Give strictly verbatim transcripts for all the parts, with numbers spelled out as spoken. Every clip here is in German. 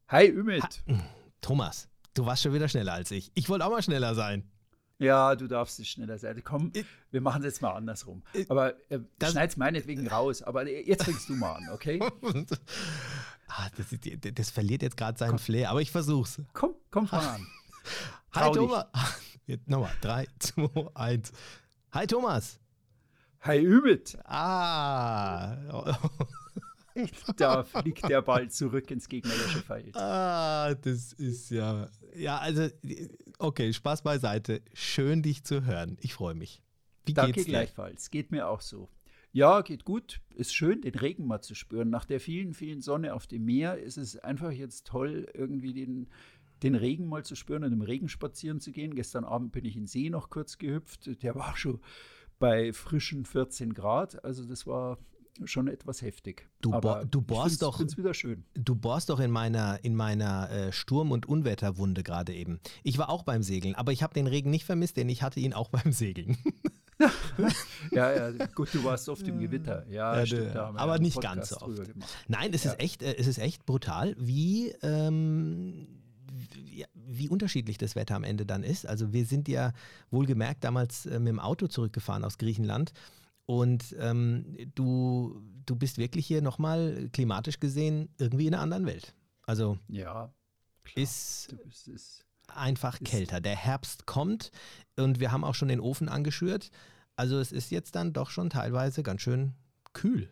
Hi Ümit. Ha- Thomas, du warst schon wieder schneller als ich. Ich wollte auch mal schneller sein. Ja, du darfst nicht schneller sein. Komm, Ich- wir machen es jetzt mal andersrum. Ich- Aber äh, das- schneid's meinetwegen raus. Aber jetzt fängst du mal an, okay? ah, das, ist- das verliert jetzt gerade seinen Flair, aber ich versuch's. Komm, komm, fang an. Hi Trau dich. Thomas. Jetzt nochmal. drei, zwei, eins. Hi Thomas. Hi Ümit. Ah. Da fliegt der Ball zurück ins gegnerische Feld. ah, das ist ja. Ja, also, okay, Spaß beiseite. Schön, dich zu hören. Ich freue mich. Wie Danke geht's dir? gleichfalls. Geht mir auch so. Ja, geht gut. Ist schön, den Regen mal zu spüren. Nach der vielen, vielen Sonne auf dem Meer ist es einfach jetzt toll, irgendwie den, den Regen mal zu spüren und im Regen spazieren zu gehen. Gestern Abend bin ich in den See noch kurz gehüpft. Der war schon bei frischen vierzehn Grad. Also das war schon etwas heftig. Du, bo Aber du ich bohrst find's, doch. find's wieder schön. Du bohrst doch in meiner, in meiner äh, Sturm- und Unwetterwunde gerade eben. Ich war auch beim Segeln, aber ich habe den Regen nicht vermisst, denn ich hatte ihn auch beim Segeln. Ja, ja, gut, du warst oft im Gewitter. Ja, Ja, stimmt, du- da haben wir aber ja einen nicht Podcast ganz so drüber oft. gemacht. Nein, es, Ja. ist echt, äh, es ist echt brutal, wie, ähm, wie, wie unterschiedlich das Wetter am Ende dann ist. Also wir sind ja wohlgemerkt damals äh, mit dem Auto zurückgefahren aus Griechenland. Und ähm, du, du bist wirklich hier nochmal klimatisch gesehen irgendwie in einer anderen Welt. Also Ja, klar. ist Du bist es. einfach Ist- kälter. Der Herbst kommt und wir haben auch schon den Ofen angeschürt. Also es ist jetzt dann doch schon teilweise ganz schön kühl.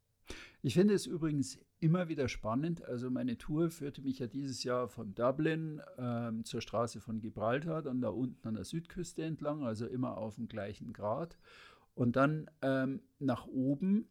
Ich finde es übrigens immer wieder spannend. Also meine Tour führte mich ja dieses Jahr von Dublin ähm, zur Straße von Gibraltar, dann da unten an der Südküste entlang, also immer auf dem gleichen Grad. Und dann ähm, nach oben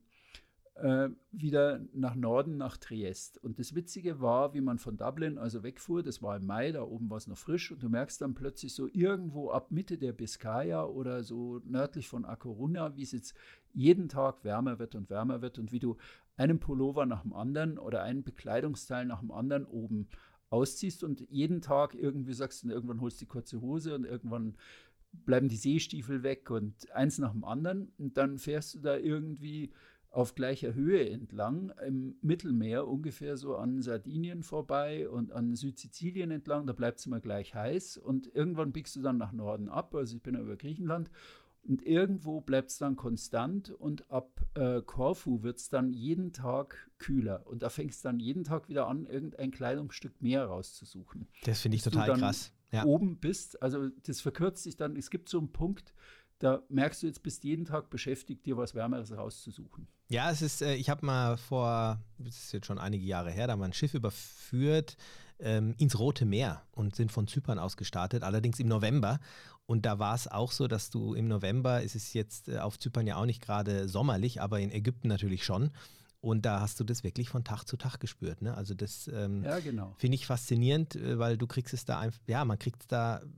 äh, wieder nach Norden, nach Triest. Und das Witzige war, wie man von Dublin also wegfuhr, das war im Mai, da oben war es noch frisch und du merkst dann plötzlich so irgendwo ab Mitte der Biskaya oder so nördlich von A Coruña, wie es jetzt jeden Tag wärmer wird und wärmer wird und wie du einen Pullover nach dem anderen oder ein Bekleidungsteil nach dem anderen oben ausziehst und jeden Tag irgendwie sagst, und irgendwann holst du die kurze Hose und irgendwann bleiben die Seestiefel weg und eins nach dem anderen. Und dann fährst du da irgendwie auf gleicher Höhe entlang im Mittelmeer, ungefähr so an Sardinien vorbei und an Südsizilien entlang. Da bleibt es immer gleich heiß. Und irgendwann biegst du dann nach Norden ab. Also ich bin ja über Griechenland. Und irgendwo bleibt es dann konstant und ab äh, Korfu wird es dann jeden Tag kühler. Und da fängst du dann jeden Tag wieder an, irgendein Kleidungsstück mehr rauszusuchen. Das finde ich Bis du total dann krass. Ja. oben bist, also das verkürzt sich dann, es gibt so einen Punkt, da merkst du, jetzt bist jeden Tag beschäftigt, dir was Wärmeres rauszusuchen. Ja, es ist, äh, ich habe mal vor, das ist jetzt schon einige Jahre her, da mal ein Schiff überführt ähm, ins Rote Meer und sind von Zypern aus gestartet, allerdings im November. Und da war es auch so, dass du im November, ist es jetzt äh, auf Zypern ja auch nicht gerade sommerlich, aber in Ägypten natürlich schon. Und da hast du das wirklich von Tag zu Tag gespürt. Ne? Also das ähm, Ja, genau. finde ich faszinierend, äh, weil du kriegst es da einfach, ja, man kriegt es da, äh,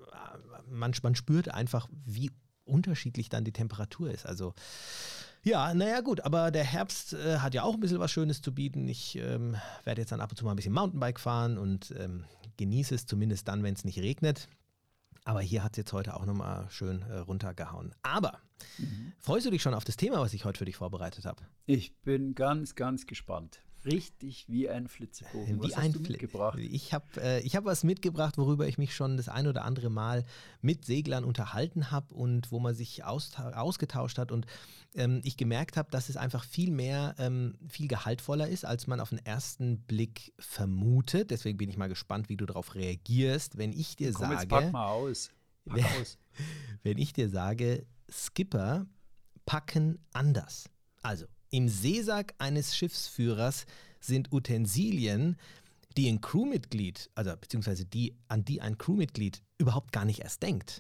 man, man spürt einfach, wie unterschiedlich dann die Temperatur ist. Also ja, naja gut, aber der Herbst äh, hat ja auch ein bisschen was Schönes zu bieten. Ich ähm, werde jetzt dann ab und zu mal ein bisschen Mountainbike fahren und ähm, genieße es zumindest dann, wenn es nicht regnet. Aber hier hat es jetzt heute auch nochmal schön äh, runtergehauen. Aber Mhm. freust du dich schon auf das Thema, was ich heute für dich vorbereitet habe? Ich bin ganz, ganz gespannt. Richtig wie ein Flitzebogen. Was Wie hast ein du Fli- mitgebracht? Ich habe äh, ich hab was mitgebracht, worüber ich mich schon das ein oder andere Mal mit Seglern unterhalten habe und wo man sich austau- ausgetauscht hat und ähm, ich gemerkt habe, dass es einfach viel mehr, ähm, viel gehaltvoller ist, als man auf den ersten Blick vermutet. Deswegen bin ich mal gespannt, wie du darauf reagierst, wenn ich dir Komm, jetzt sage, pack mal aus. Pack aus. wenn ich dir sage, Skipper packen anders. Also, im Seesack eines Schiffsführers sind Utensilien, die ein Crewmitglied, also beziehungsweise die, an die ein Crewmitglied überhaupt gar nicht erst denkt.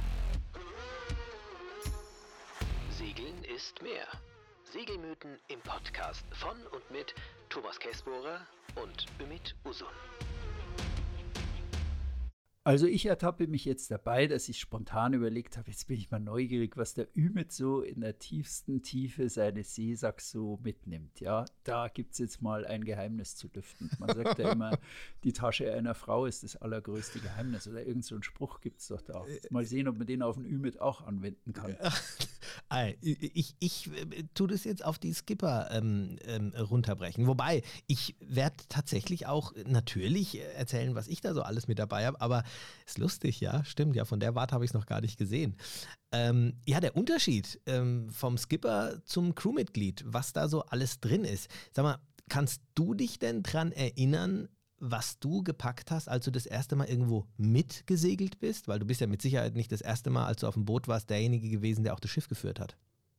Segeln ist mehr. Segelmythen im Podcast von und mit Thomas Käsbohrer und Ümit Usun. Also ich ertappe mich jetzt dabei, dass ich spontan überlegt habe, jetzt bin ich mal neugierig, was der Ümit so in der tiefsten Tiefe seines Seesacks so mitnimmt. Ja, da gibt es jetzt mal ein Geheimnis zu lüften. Man sagt ja immer, die Tasche einer Frau ist das allergrößte Geheimnis. Oder irgend so einen Spruch gibt es doch da. Mal sehen, ob man den auf den Ümit auch anwenden kann. Ich, ich, ich tue das jetzt auf die Skipper ähm, ähm, runterbrechen. Wobei, ich werde tatsächlich auch natürlich erzählen, was ich da so alles mit dabei habe, aber ist lustig, ja, stimmt, ja, von der Warte habe ich es noch gar nicht gesehen. Ähm, ja, der Unterschied ähm, vom Skipper zum Crewmitglied, was da so alles drin ist. Sag mal, kannst du dich denn dran erinnern, was du gepackt hast, als du das erste Mal irgendwo mitgesegelt bist? Weil du bist ja mit Sicherheit nicht das erste Mal, als du auf dem Boot warst, derjenige gewesen, der auch das Schiff geführt hat.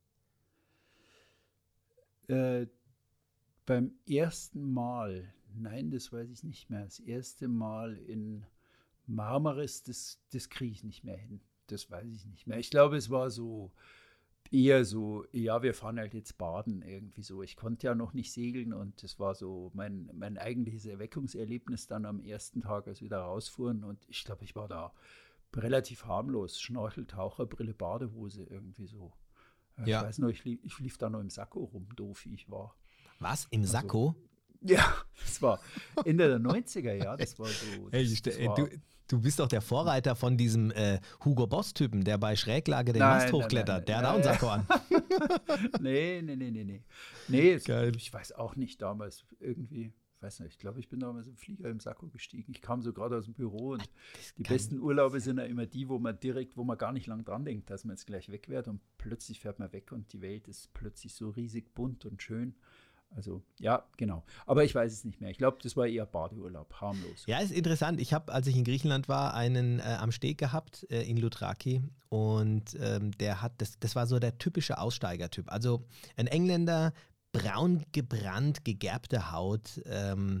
Äh, beim ersten Mal, nein, das weiß ich nicht mehr. Das erste Mal in Marmaris, das, das kriege ich nicht mehr hin. Das weiß ich nicht mehr. Ich glaube, es war so eher so, ja, wir fahren halt jetzt baden irgendwie so. Ich konnte ja noch nicht segeln und das war so mein, mein eigentliches Erweckungserlebnis dann am ersten Tag, als wir da rausfuhren. Und ich glaube, ich war da relativ harmlos. Schnorchel, Taucherbrille, Badehose irgendwie so. Ich Ja. weiß noch, ich, lief, ich lief da noch im Sakko rum, doof wie ich war. Was? Im Sakko? Also, ja, das war Ende der neunziger, ja, das war so. Das, Hey, das äh, war, du, du bist doch der Vorreiter von diesem äh, Hugo Boss-Typen, der bei Schräglage den Nein, Mast nein, hochklettert. nein, der nein, hat auch einen nein. Sakko an. nee, nee, nee, nee, nee. Nee, es, Geil. ich weiß auch nicht damals irgendwie, ich weiß nicht, ich glaube, ich bin damals im Flieger im Sakko gestiegen. Ich kam so gerade aus dem Büro und die kann- besten Urlaube sind ja immer die, wo man direkt, wo man gar nicht lang dran denkt, dass man jetzt gleich weg wird und plötzlich fährt man weg und die Welt ist plötzlich so riesig bunt und schön. Also, ja, genau. Aber ich weiß es nicht mehr. Ich glaube, das war eher Badeurlaub, harmlos. Ja, ist interessant. Ich habe, als ich in Griechenland war, einen äh, am Steg gehabt äh, in Loutraki und ähm, der hat, das, das war so der typische Aussteigertyp. Also ein Engländer, braun gebrannt, gegerbte Haut, ähm,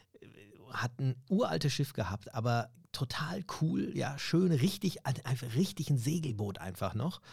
hat ein uraltes Schiff gehabt, aber total cool, ja, schön, richtig, einfach richtig ein Segelboot einfach noch.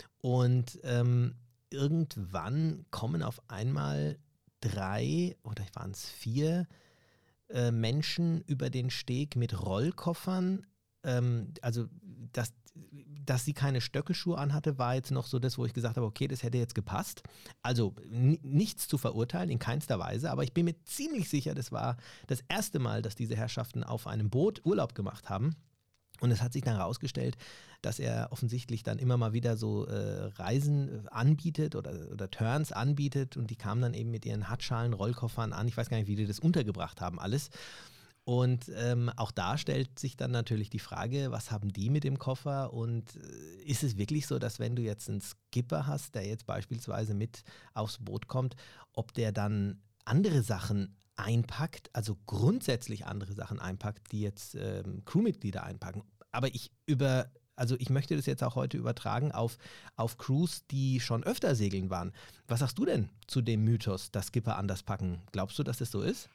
Und ähm, irgendwann kommen auf einmal drei oder waren es vier äh, Menschen über den Steg mit Rollkoffern. Ähm, also, dass, dass sie keine Stöckelschuhe anhatte, war jetzt noch so das, wo ich gesagt habe, okay, das hätte jetzt gepasst. Also n- nichts zu verurteilen, in keinster Weise, aber ich bin mir ziemlich sicher, das war das erste Mal, dass diese Herrschaften auf einem Boot Urlaub gemacht haben. Und es hat sich dann herausgestellt, dass er offensichtlich dann immer mal wieder so äh, Reisen anbietet oder, oder Turns anbietet und die kamen dann eben mit ihren Hartschalen, Rollkoffern an. Ich weiß gar nicht, wie die das untergebracht haben alles. Und ähm, auch da stellt sich dann natürlich die Frage, was haben die mit dem Koffer und äh, ist es wirklich so, dass wenn du jetzt einen Skipper hast, der jetzt beispielsweise mit aufs Boot kommt, ob der dann andere Sachen einpackt, also grundsätzlich andere Sachen einpackt, die jetzt ähm, Crewmitglieder einpacken. Aber ich über, also ich möchte das jetzt auch heute übertragen auf, auf Crews, die schon öfter segeln waren. Was sagst du denn zu dem Mythos, dass Skipper anders packen? Glaubst du, dass das so ist?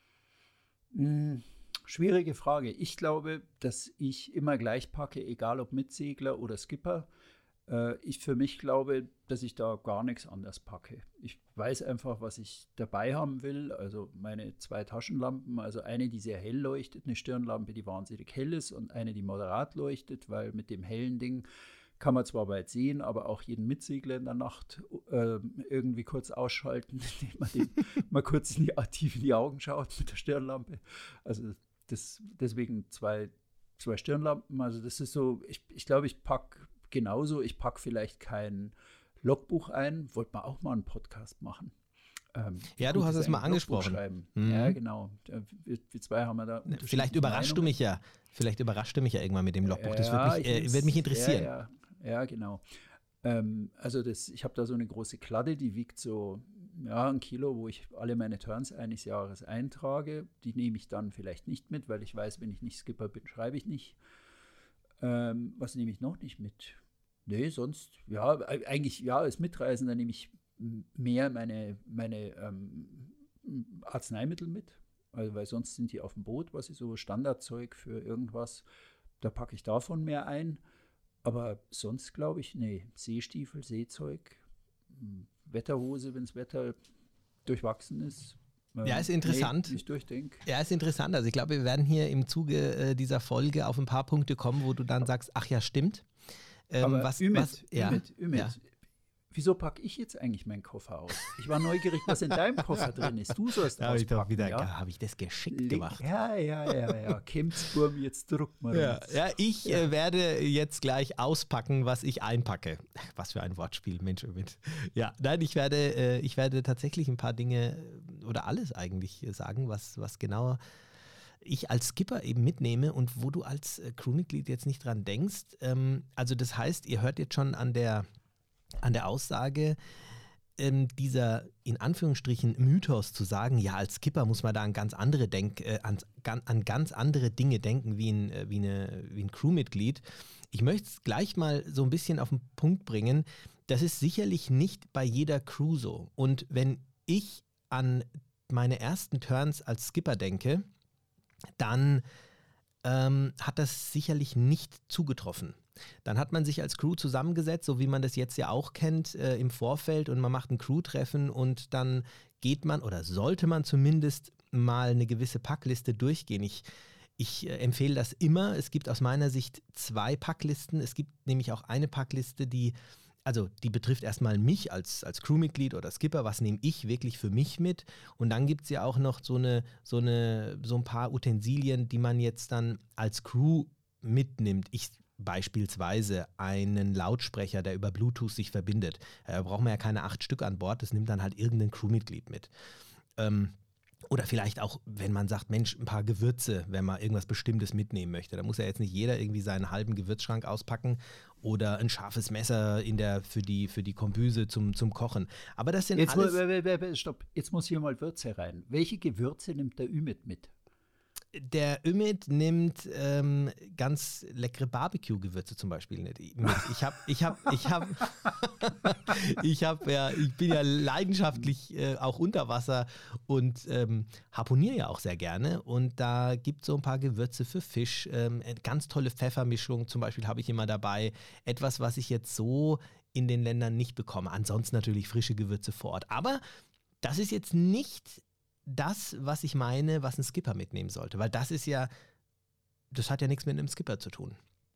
Hm, schwierige Frage. Ich glaube, dass ich immer gleich packe, egal ob Mitsegler oder Skipper. Äh, ich für mich glaube, dass ich da gar nichts anders packe. Ich weiß einfach, was ich dabei haben will. Also meine zwei Taschenlampen, also eine, die sehr hell leuchtet, eine Stirnlampe, die wahnsinnig hell ist und eine, die moderat leuchtet, weil mit dem hellen Ding kann man zwar weit sehen, aber auch jeden Mitsegler in der Nacht äh, irgendwie kurz ausschalten, indem man dem mal kurz in die, tief in die Augen schaut mit der Stirnlampe. Also das, deswegen zwei, zwei Stirnlampen. Also das ist so, ich, ich glaube, ich packe genauso, ich packe vielleicht kein Logbuch ein, wollte man auch mal einen Podcast machen. Ähm, ja, du hast es mal ein Logbuch angesprochen. schreiben. Mhm. Ja, genau. Wir, wir zwei haben ja da Vielleicht überraschst du mich ja. Vielleicht überraschst du mich ja irgendwann mit dem Logbuch. Das ja, würde mich, äh, würd mich interessieren. Ja, ja, ja genau. Ähm, also das, ich habe da so eine große Kladde, die wiegt so ja, ein Kilo, wo ich alle meine Turns eines Jahres eintrage. Die nehme ich dann vielleicht nicht mit, weil ich weiß, wenn ich nicht Skipper bin, schreibe ich nicht. Ähm, was nehme ich noch nicht mit? Nee, sonst, ja, eigentlich, ja, als Mitreisender nehme ich mehr meine, meine ähm, Arzneimittel mit, also, weil sonst sind die auf dem Boot, was ist so Standardzeug für irgendwas, da packe ich davon mehr ein, aber sonst glaube ich, nee, Seestiefel, Seezeug, Wetterhose, wenn das Wetter durchwachsen ist, ähm, ja, ist interessant. Nee, ich durchdenke. Ja, ist interessant. Also ich glaube, wir werden hier im Zuge äh, dieser Folge auf ein paar Punkte kommen, wo du dann sagst, ach ja, stimmt. Ähm, Aber was, Ümit, was, ja, Ümit, Ümit, ja. wieso packe ich jetzt eigentlich meinen Koffer aus? Ich war neugierig, was in deinem Koffer drin ist. Du sollst Da habe ich doch auspacken, wieder, ja? habe ich das geschickt Leg- gemacht. Ja, ja, ja, ja. Kemsburm, jetzt druck mal. Ja, was. ja, ich äh, werde jetzt gleich auspacken, was ich einpacke. Was für ein Wortspiel, Mensch, Ümit. Ja, nein, ich werde, äh, ich werde tatsächlich ein paar Dinge äh, oder alles eigentlich äh, sagen, was, was genauer ich als Skipper eben mitnehme und wo du als äh, Crewmitglied jetzt nicht dran denkst. Ähm, also das heißt, ihr hört jetzt schon an der, an der Aussage, ähm, dieser in Anführungsstrichen Mythos zu sagen, ja, als Skipper muss man da an ganz andere Denk, äh, an, an ganz andere Dinge denken wie ein, äh, wie eine, wie ein Crewmitglied. Ich möchte es gleich mal so ein bisschen auf den Punkt bringen. Das ist sicherlich nicht bei jeder Crew so. Und wenn ich an meine ersten Turns als Skipper denke, dann ähm, hat das sicherlich nicht zugetroffen. Dann hat man sich als Crew zusammengesetzt, so wie man das jetzt ja auch kennt, äh, im Vorfeld, und man macht ein Crew-Treffen und dann geht man oder sollte man zumindest mal eine gewisse Packliste durchgehen. Ich, ich äh, empfehle das immer. Es gibt aus meiner Sicht zwei Packlisten. Es gibt nämlich auch eine Packliste, die Also die betrifft erstmal mich als, als Crewmitglied oder Skipper, was nehme ich wirklich für mich mit? Und dann gibt es ja auch noch so, eine, so, eine, so ein paar Utensilien, die man jetzt dann als Crew mitnimmt. Ich beispielsweise einen Lautsprecher, der über Bluetooth sich verbindet. Da braucht man ja keine acht Stück an Bord, das nimmt dann halt irgendein Crewmitglied mit. Ähm, Oder vielleicht auch, wenn man sagt, Mensch, ein paar Gewürze, wenn man irgendwas Bestimmtes mitnehmen möchte. Da muss ja jetzt nicht jeder irgendwie seinen halben Gewürzschrank auspacken oder ein scharfes Messer in der, für die, für die Kombüse zum, zum Kochen. Aber das sind Jetzt, alles... mu- stopp, jetzt muss hier mal Würze rein. Welche Gewürze nimmt der Ümit mit? Der Ümit nimmt ähm, ganz leckere Barbecue-Gewürze zum Beispiel mit. Ich habe, ich habe, ich habe, ich habe ja, ich bin ja leidenschaftlich äh, auch unter Wasser und ähm, harponiere ja auch sehr gerne. Und da gibt es so ein paar Gewürze für Fisch, ähm, ganz tolle Pfeffermischung zum Beispiel habe ich immer dabei. Etwas, was ich jetzt so in den Ländern nicht bekomme. Ansonsten natürlich frische Gewürze vor Ort. Aber das ist jetzt nicht das, was ich meine, was ein Skipper mitnehmen sollte. Weil das ist ja, das hat ja nichts mit einem Skipper zu tun.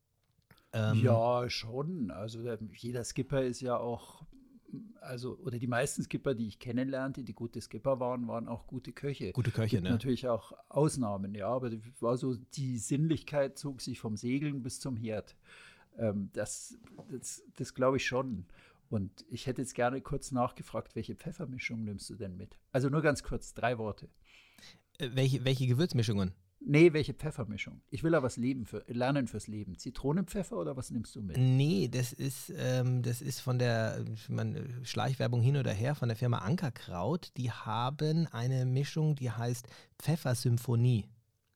Ähm, Ja, schon. Also der, jeder Skipper ist ja auch, also, oder die meisten Skipper, die ich kennenlernte, die gute Skipper waren, waren auch gute Köche. Gute Köche, Gibt ne? natürlich auch Ausnahmen, ja, aber das war so, die Sinnlichkeit zog sich vom Segeln bis zum Herd. Ähm, das das, das glaube ich schon. Und ich hätte jetzt gerne kurz nachgefragt, welche Pfeffermischung nimmst du denn mit? Also nur ganz kurz, drei Worte. Äh, welche, welche Gewürzmischungen? Nee, welche Pfeffermischung? Ich will ja was leben für, lernen fürs Leben. Zitronenpfeffer oder was nimmst du mit? Nee, das ist, ähm, das ist von der man, Schleichwerbung hin oder her, von der Firma Ankerkraut. Die haben eine Mischung, die heißt Pfeffersymphonie.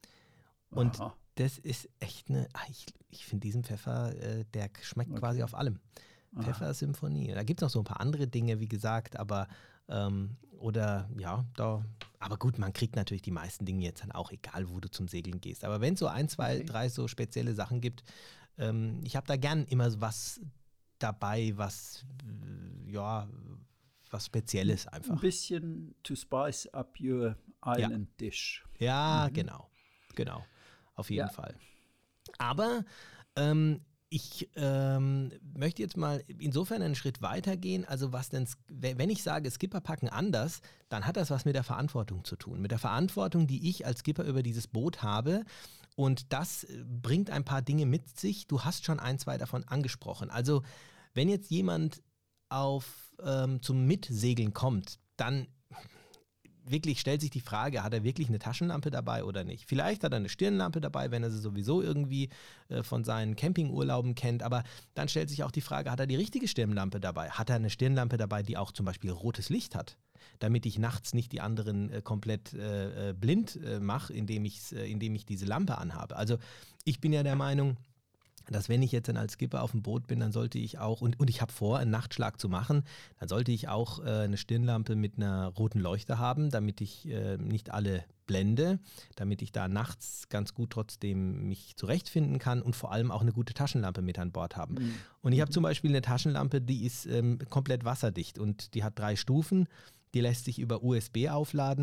Und Aha. das ist echt eine, ah, ich, ich finde diesen Pfeffer, äh, der schmeckt Okay. quasi auf allem. Aha. Pfeffersymphonie. Da gibt es noch so ein paar andere Dinge, wie gesagt, aber ähm, oder ja, da, aber gut, man kriegt natürlich die meisten Dinge jetzt dann auch, egal wo du zum Segeln gehst. Aber wenn es so ein, zwei, Okay. drei so spezielle Sachen gibt, ähm, ich habe da gern immer so was dabei, was äh, ja, was Spezielles Ein einfach. bisschen to spice up your island dish. Ja, Mhm. genau, genau, auf jeden Ja. Fall. Aber ähm, ich ähm, möchte jetzt mal insofern einen Schritt weiter gehen. Also was denn, wenn ich sage, Skipper packen anders, dann hat das was mit der Verantwortung zu tun. Mit der Verantwortung, die ich als Skipper über dieses Boot habe. Und das bringt ein paar Dinge mit sich. Du hast schon ein, zwei davon angesprochen. Also wenn jetzt jemand auf, ähm, zum Mitsegeln kommt, dann wirklich stellt sich die Frage, hat er wirklich eine Taschenlampe dabei oder nicht? Vielleicht hat er eine Stirnlampe dabei, wenn er sie sowieso irgendwie äh, von seinen Campingurlauben kennt, aber dann stellt sich auch die Frage, hat er die richtige Stirnlampe dabei? Hat er eine Stirnlampe dabei, die auch zum Beispiel rotes Licht hat, damit ich nachts nicht die anderen äh, komplett äh, blind äh, mache, indem, äh, indem ich diese Lampe anhabe? Also ich bin ja der Meinung, dass wenn ich jetzt dann als Skipper auf dem Boot bin, dann sollte ich auch, und, und ich habe vor, einen Nachtschlag zu machen, dann sollte ich auch äh, eine Stirnlampe mit einer roten Leuchte haben, damit ich äh, nicht alle blende, damit ich da nachts ganz gut trotzdem mich zurechtfinden kann und vor allem auch eine gute Taschenlampe mit an Bord haben. Mhm. Und ich habe zum Beispiel eine Taschenlampe, die ist ähm, komplett wasserdicht und die hat drei Stufen, die lässt sich über U S B aufladen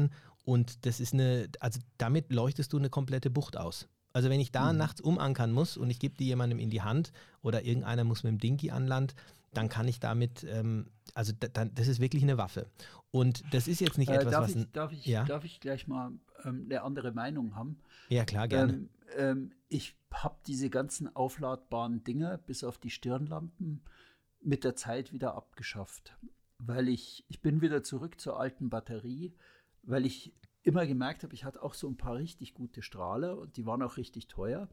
Und das ist eine, also damit leuchtest du eine komplette Bucht aus. Also wenn ich da mhm. nachts umankern muss und ich gebe die jemandem in die Hand oder irgendeiner muss mit dem Dinky an Land, dann kann ich damit, ähm, also da, dann, das ist wirklich eine Waffe. Und das ist jetzt nicht äh, etwas, darf was... Ich, ein, darf, ich, ja? darf ich gleich mal ähm, eine andere Meinung haben? Ja, klar, gerne. Ähm, ähm, ich habe diese ganzen aufladbaren Dinger, bis auf die Stirnlampen, mit der Zeit wieder abgeschafft. Weil ich, ich bin wieder zurück zur alten Batterie, weil ich immer gemerkt habe, ich hatte auch so ein paar richtig gute Strahler und die waren auch richtig teuer.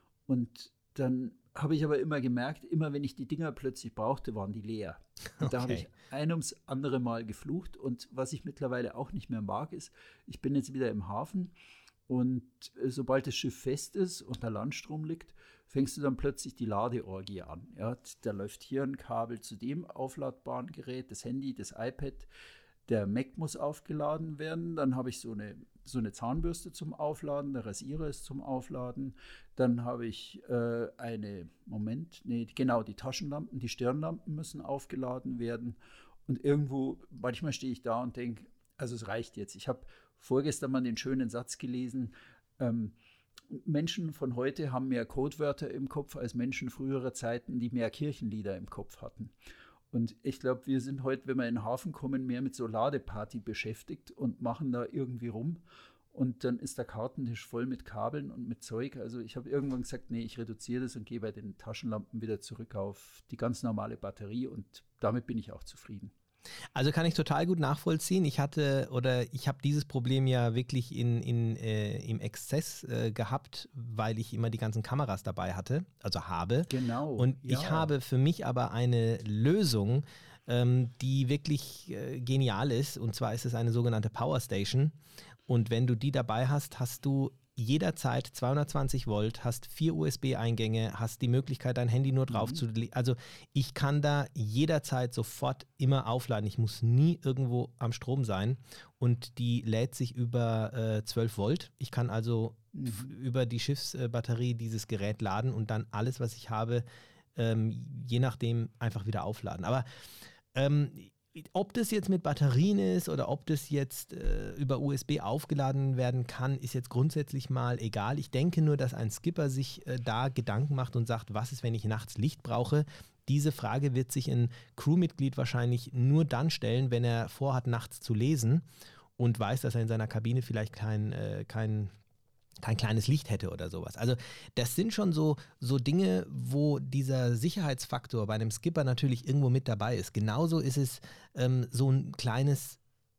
Und dann habe ich aber immer gemerkt, immer wenn ich die Dinger plötzlich brauchte, waren die leer. Und okay. Da habe ich ein ums andere Mal geflucht. Und was ich mittlerweile auch nicht mehr mag, ist, ich bin jetzt wieder im Hafen und sobald das Schiff fest ist und der Landstrom liegt, fängst du dann plötzlich die Ladeorgie an. Ja, da läuft hier ein Kabel zu dem aufladbaren Gerät, das Handy, das iPad, der Mac muss aufgeladen werden. Dann habe ich so eine, so eine Zahnbürste zum Aufladen, der Rasierer ist zum Aufladen. Dann habe ich äh, eine, Moment, nee, genau, die Taschenlampen, die Stirnlampen müssen aufgeladen werden. Und irgendwo, manchmal stehe ich da und denke, also es reicht jetzt. Ich habe vorgestern mal den schönen Satz gelesen, ähm, Menschen von heute haben mehr Codewörter im Kopf als Menschen früherer Zeiten, die mehr Kirchenlieder im Kopf hatten. Und ich glaube, wir sind heute, wenn wir in den Hafen kommen, mehr mit so Ladeparty beschäftigt und machen da irgendwie rum. Und dann ist der Kartentisch voll mit Kabeln und mit Zeug. Also ich habe irgendwann gesagt, nee, ich reduziere das und gehe bei den Taschenlampen wieder zurück auf die ganz normale Batterie. Und damit bin ich auch zufrieden. Also kann ich total gut nachvollziehen. Ich hatte oder ich habe dieses Problem ja wirklich in, in, äh, im Exzess äh, gehabt, weil ich immer die ganzen Kameras dabei hatte, also habe. Genau. Und ja. ich habe für mich aber eine Lösung, ähm, die wirklich äh, genial ist. Und zwar ist es eine sogenannte Power Station. Und wenn du die dabei hast, hast du jederzeit zweihundertzwanzig Volt, hast vier U S B-Eingänge, hast die Möglichkeit, dein Handy nur drauf mhm. zu legen. Also ich kann da jederzeit sofort immer aufladen. Ich muss nie irgendwo am Strom sein und die lädt sich über äh, zwölf Volt. Ich kann also mhm. f- über die Schiffsbatterie dieses Gerät laden und dann alles, was ich habe, ähm, je nachdem einfach wieder aufladen. Aber ähm, ob das jetzt mit Batterien ist oder ob das jetzt äh, über U S B aufgeladen werden kann, ist jetzt grundsätzlich mal egal. Ich denke nur, dass ein Skipper sich äh, da Gedanken macht und sagt, was ist, wenn ich nachts Licht brauche? Diese Frage wird sich ein Crewmitglied wahrscheinlich nur dann stellen, wenn er vorhat, nachts zu lesen und weiß, dass er in seiner Kabine vielleicht kein, äh, kein kein kleines Licht hätte oder sowas. Also das sind schon so, so Dinge, wo dieser Sicherheitsfaktor bei einem Skipper natürlich irgendwo mit dabei ist. Genauso ist es ähm, so ein kleines,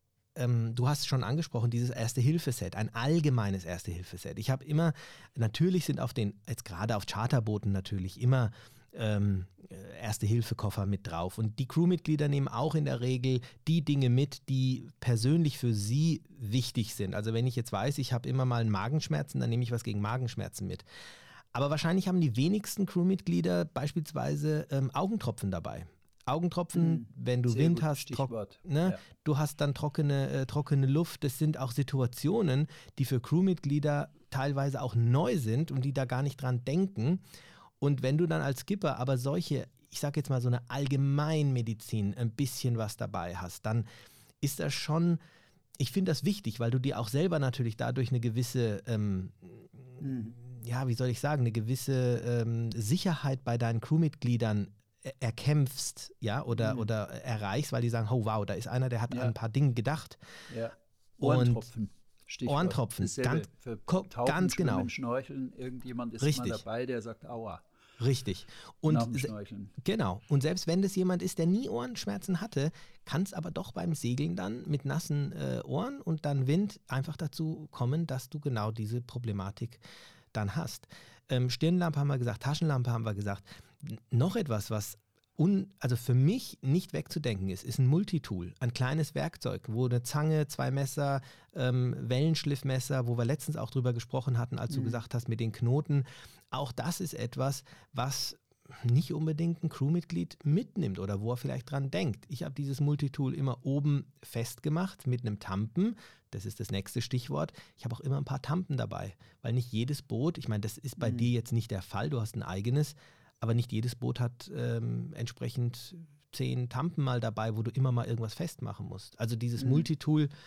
ähm, du hast es schon angesprochen, dieses Erste-Hilfe-Set, ein allgemeines Erste-Hilfe-Set. Ich habe immer, natürlich sind auf den, jetzt gerade auf Charterbooten natürlich immer Ähm, Erste-Hilfe-Koffer mit drauf. Und die Crewmitglieder nehmen auch in der Regel die Dinge mit, die persönlich für sie wichtig sind. Also wenn ich jetzt weiß, ich habe immer mal einen Magenschmerzen, dann nehme ich was gegen Magenschmerzen mit. Aber wahrscheinlich haben die wenigsten Crewmitglieder beispielsweise ähm, Augentropfen dabei. Augentropfen, mhm. wenn du Sehr Wind gut, hast, Stichwort. trock, ne? Ja. Du hast dann trockene, äh, trockene Luft. Das sind auch Situationen, die für Crewmitglieder teilweise auch neu sind und die da gar nicht dran denken. Und wenn du dann als Skipper aber solche, ich sage jetzt mal so eine Allgemeinmedizin, ein bisschen was dabei hast, dann ist das schon, ich finde das wichtig, weil du dir auch selber natürlich dadurch eine gewisse, ähm, mhm. ja, wie soll ich sagen, eine gewisse ähm, Sicherheit bei deinen Crewmitgliedern er- erkämpfst, ja, oder, mhm. oder erreichst, weil die sagen, oh wow, da ist einer, der hat ja. an ein paar Dinge gedacht. Ja. Ohrentropfen. Stichwort. Ohrentropfen, ganz, für ko- Tauchen, ganz genau. Schwimmen, Schnorcheln, irgendjemand ist Richtig. mal dabei, der sagt, aua. Richtig. Und Nach dem Schnorcheln. Genau. Und selbst wenn das jemand ist, der nie Ohrenschmerzen hatte, kann es aber doch beim Segeln dann mit nassen äh, Ohren und dann Wind einfach dazu kommen, dass du genau diese Problematik dann hast. Ähm, Stirnlampe haben wir gesagt, Taschenlampe haben wir gesagt. Noch etwas, was un, also für mich nicht wegzudenken ist, ist ein Multitool, ein kleines Werkzeug, wo eine Zange, zwei Messer, ähm, Wellenschliffmesser, wo wir letztens auch drüber gesprochen hatten, als mhm. du gesagt hast mit den Knoten. Auch das ist etwas, was nicht unbedingt ein Crewmitglied mitnimmt oder wo er vielleicht dran denkt. Ich habe dieses Multitool immer oben festgemacht mit einem Tampen. Das ist das nächste Stichwort. Ich habe auch immer ein paar Tampen dabei, weil nicht jedes Boot, ich meine, das ist bei mhm. dir jetzt nicht der Fall, du hast ein eigenes, aber nicht jedes Boot hat ähm, entsprechend zehn Tampen mal dabei, wo du immer mal irgendwas festmachen musst. Also dieses mhm. Multitool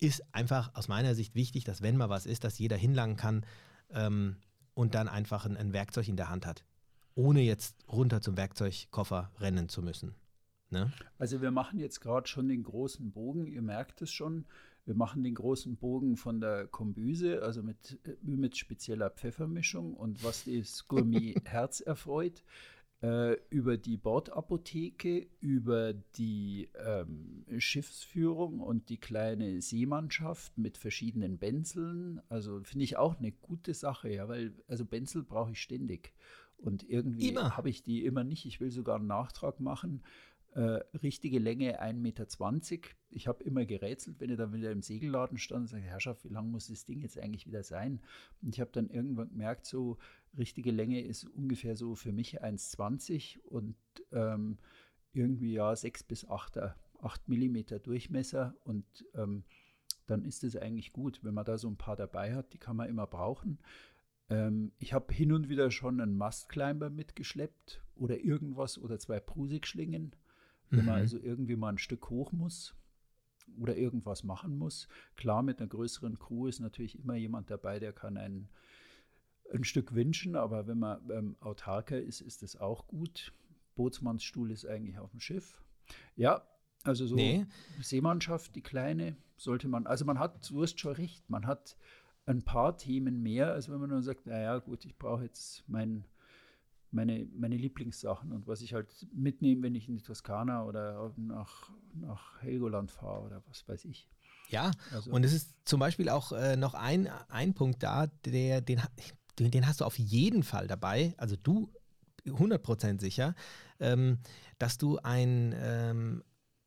ist einfach aus meiner Sicht wichtig, dass wenn mal was ist, dass jeder hinlangen kann ähm, und dann einfach ein, ein Werkzeug in der Hand hat, ohne jetzt runter zum Werkzeugkoffer rennen zu müssen. Ne? Also wir machen jetzt gerade schon den großen Bogen, ihr merkt es schon, wir machen den großen Bogen von der Kombüse, also mit, mit spezieller Pfeffermischung und was das Gourmet-Herz erfreut, äh, über die Bordapotheke, über die ähm, Schiffsführung und die kleine Seemannschaft mit verschiedenen Benzeln. Also finde ich auch eine gute Sache, ja, weil also Benzel brauche ich ständig und irgendwie habe ich die immer nicht. Ich will sogar einen Nachtrag machen. Äh, richtige Länge ein Meter zwanzig. Ich habe immer gerätselt, wenn ich dann wieder im Segelladen stand und sage, Herrschaft, wie lang muss das Ding jetzt eigentlich wieder sein? Und ich habe dann irgendwann gemerkt, so richtige Länge ist ungefähr so für mich eins zwanzig und ähm, irgendwie ja sechs bis acht Millimeter Durchmesser und ähm, dann ist es eigentlich gut, wenn man da so ein paar dabei hat, die kann man immer brauchen. Ähm, ich habe hin und wieder schon einen Mastclimber mitgeschleppt oder irgendwas oder zwei Prusik-Schlingen. Wenn man also irgendwie mal ein Stück hoch muss oder irgendwas machen muss. Klar, mit einer größeren Crew ist natürlich immer jemand dabei, der kann ein, ein Stück winschen, aber wenn man ähm, autarker ist, ist das auch gut. Bootsmannsstuhl ist eigentlich auf dem Schiff. Ja, also so nee. Seemannschaft, die kleine, sollte man, also man hat, du hast schon recht, man hat ein paar Themen mehr, als wenn man nur sagt, naja gut, ich brauche jetzt mein Meine, meine Lieblingssachen und was ich halt mitnehme, wenn ich in die Toskana oder nach, nach Helgoland fahre oder was weiß ich. Ja, also. Und es ist zum Beispiel auch äh, noch ein, ein Punkt da, der, den, den hast du auf jeden Fall dabei, also du hundert Prozent sicher, ähm, dass du ein, ähm,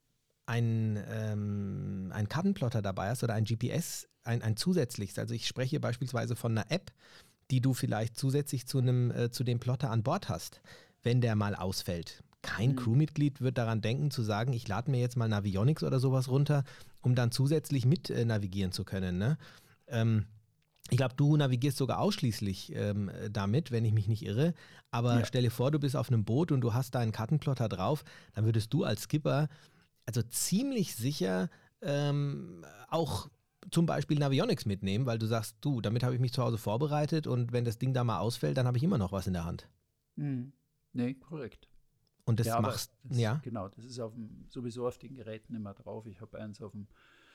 ein, ähm, ein Kartenplotter dabei hast oder ein G P S, ein, ein zusätzliches. Also ich spreche beispielsweise von einer App, die du vielleicht zusätzlich zu, einem, äh, zu dem Plotter an Bord hast, wenn der mal ausfällt. Kein mhm. Crewmitglied wird daran denken, zu sagen, ich lade mir jetzt mal Navionics oder sowas runter, um dann zusätzlich mit äh, navigieren zu können. Ne? Ähm, ich glaube, du navigierst sogar ausschließlich ähm, damit, wenn ich mich nicht irre. Aber ja. Stell dir vor, du bist auf einem Boot und du hast da einen Kartenplotter drauf, dann würdest du als Skipper also ziemlich sicher ähm, auch zum Beispiel Navionics mitnehmen, weil du sagst, du, damit habe ich mich zu Hause vorbereitet und wenn das Ding da mal ausfällt, dann habe ich immer noch was in der Hand. Mhm. Nee, korrekt. Und das ja, machst du, ja. Genau, das ist auf dem, sowieso auf den Geräten immer drauf. Ich habe eins auf dem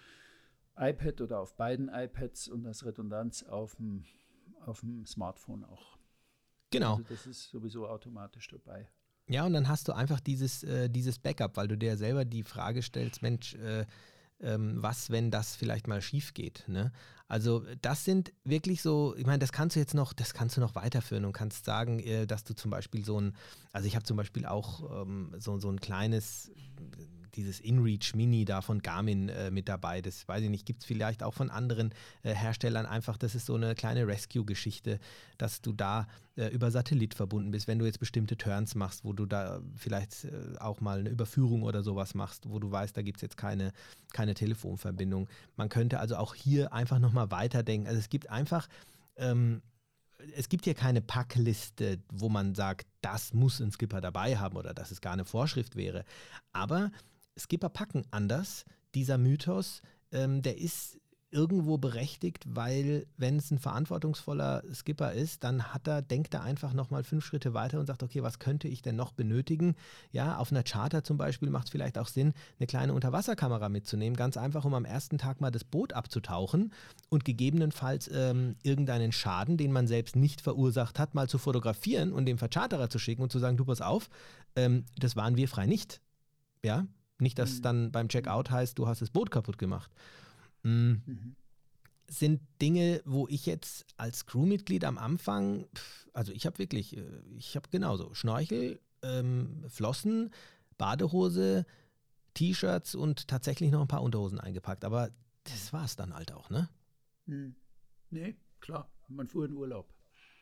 iPad oder auf beiden iPads und als Redundanz auf dem, auf dem Smartphone auch. Genau. Also das ist sowieso automatisch dabei. Ja, und dann hast du einfach dieses, äh, dieses Backup, weil du dir selber die Frage stellst, Mensch, äh, ähm, was, wenn das vielleicht mal schief geht, ne? Also das sind wirklich so, ich meine, das kannst du jetzt noch, das kannst du noch weiterführen und kannst sagen, äh, dass du zum Beispiel so ein, also ich habe zum Beispiel auch ähm, so, so ein kleines, dieses InReach Mini da von Garmin äh, mit dabei, das weiß ich nicht, gibt es vielleicht auch von anderen äh, Herstellern einfach, das ist so eine kleine Rescue-Geschichte, dass du da äh, über Satellit verbunden bist, wenn du jetzt bestimmte Turns machst, wo du da vielleicht äh, auch mal eine Überführung oder sowas machst, wo du weißt, da gibt es jetzt keine, keine Telefonverbindung. Man könnte also auch hier einfach nochmal weiterdenken. Also es gibt einfach, ähm, es gibt hier keine Packliste, wo man sagt, das muss ein Skipper dabei haben oder dass es gar eine Vorschrift wäre. Aber Skipper packen anders. Dieser Mythos, ähm, der ist irgendwo berechtigt, weil wenn es ein verantwortungsvoller Skipper ist, dann hat er, denkt er einfach nochmal fünf Schritte weiter und sagt, okay, was könnte ich denn noch benötigen? Ja, auf einer Charter zum Beispiel macht es vielleicht auch Sinn, eine kleine Unterwasserkamera mitzunehmen, ganz einfach, um am ersten Tag mal das Boot abzutauchen und gegebenenfalls ähm, irgendeinen Schaden, den man selbst nicht verursacht hat, mal zu fotografieren und dem Vercharterer zu schicken und zu sagen, du pass auf, ähm, das waren wir frei nicht. Ja, nicht, dass es dann beim Checkout heißt, du hast das Boot kaputt gemacht. Mhm. Mhm. Sind Dinge, wo ich jetzt als Crewmitglied am Anfang, also ich habe wirklich, ich habe genauso Schnorchel, ähm, Flossen, Badehose, T-Shirts und tatsächlich noch ein paar Unterhosen eingepackt, aber das war es dann halt auch, ne? Mhm. Nee, klar, man fuhr in Urlaub.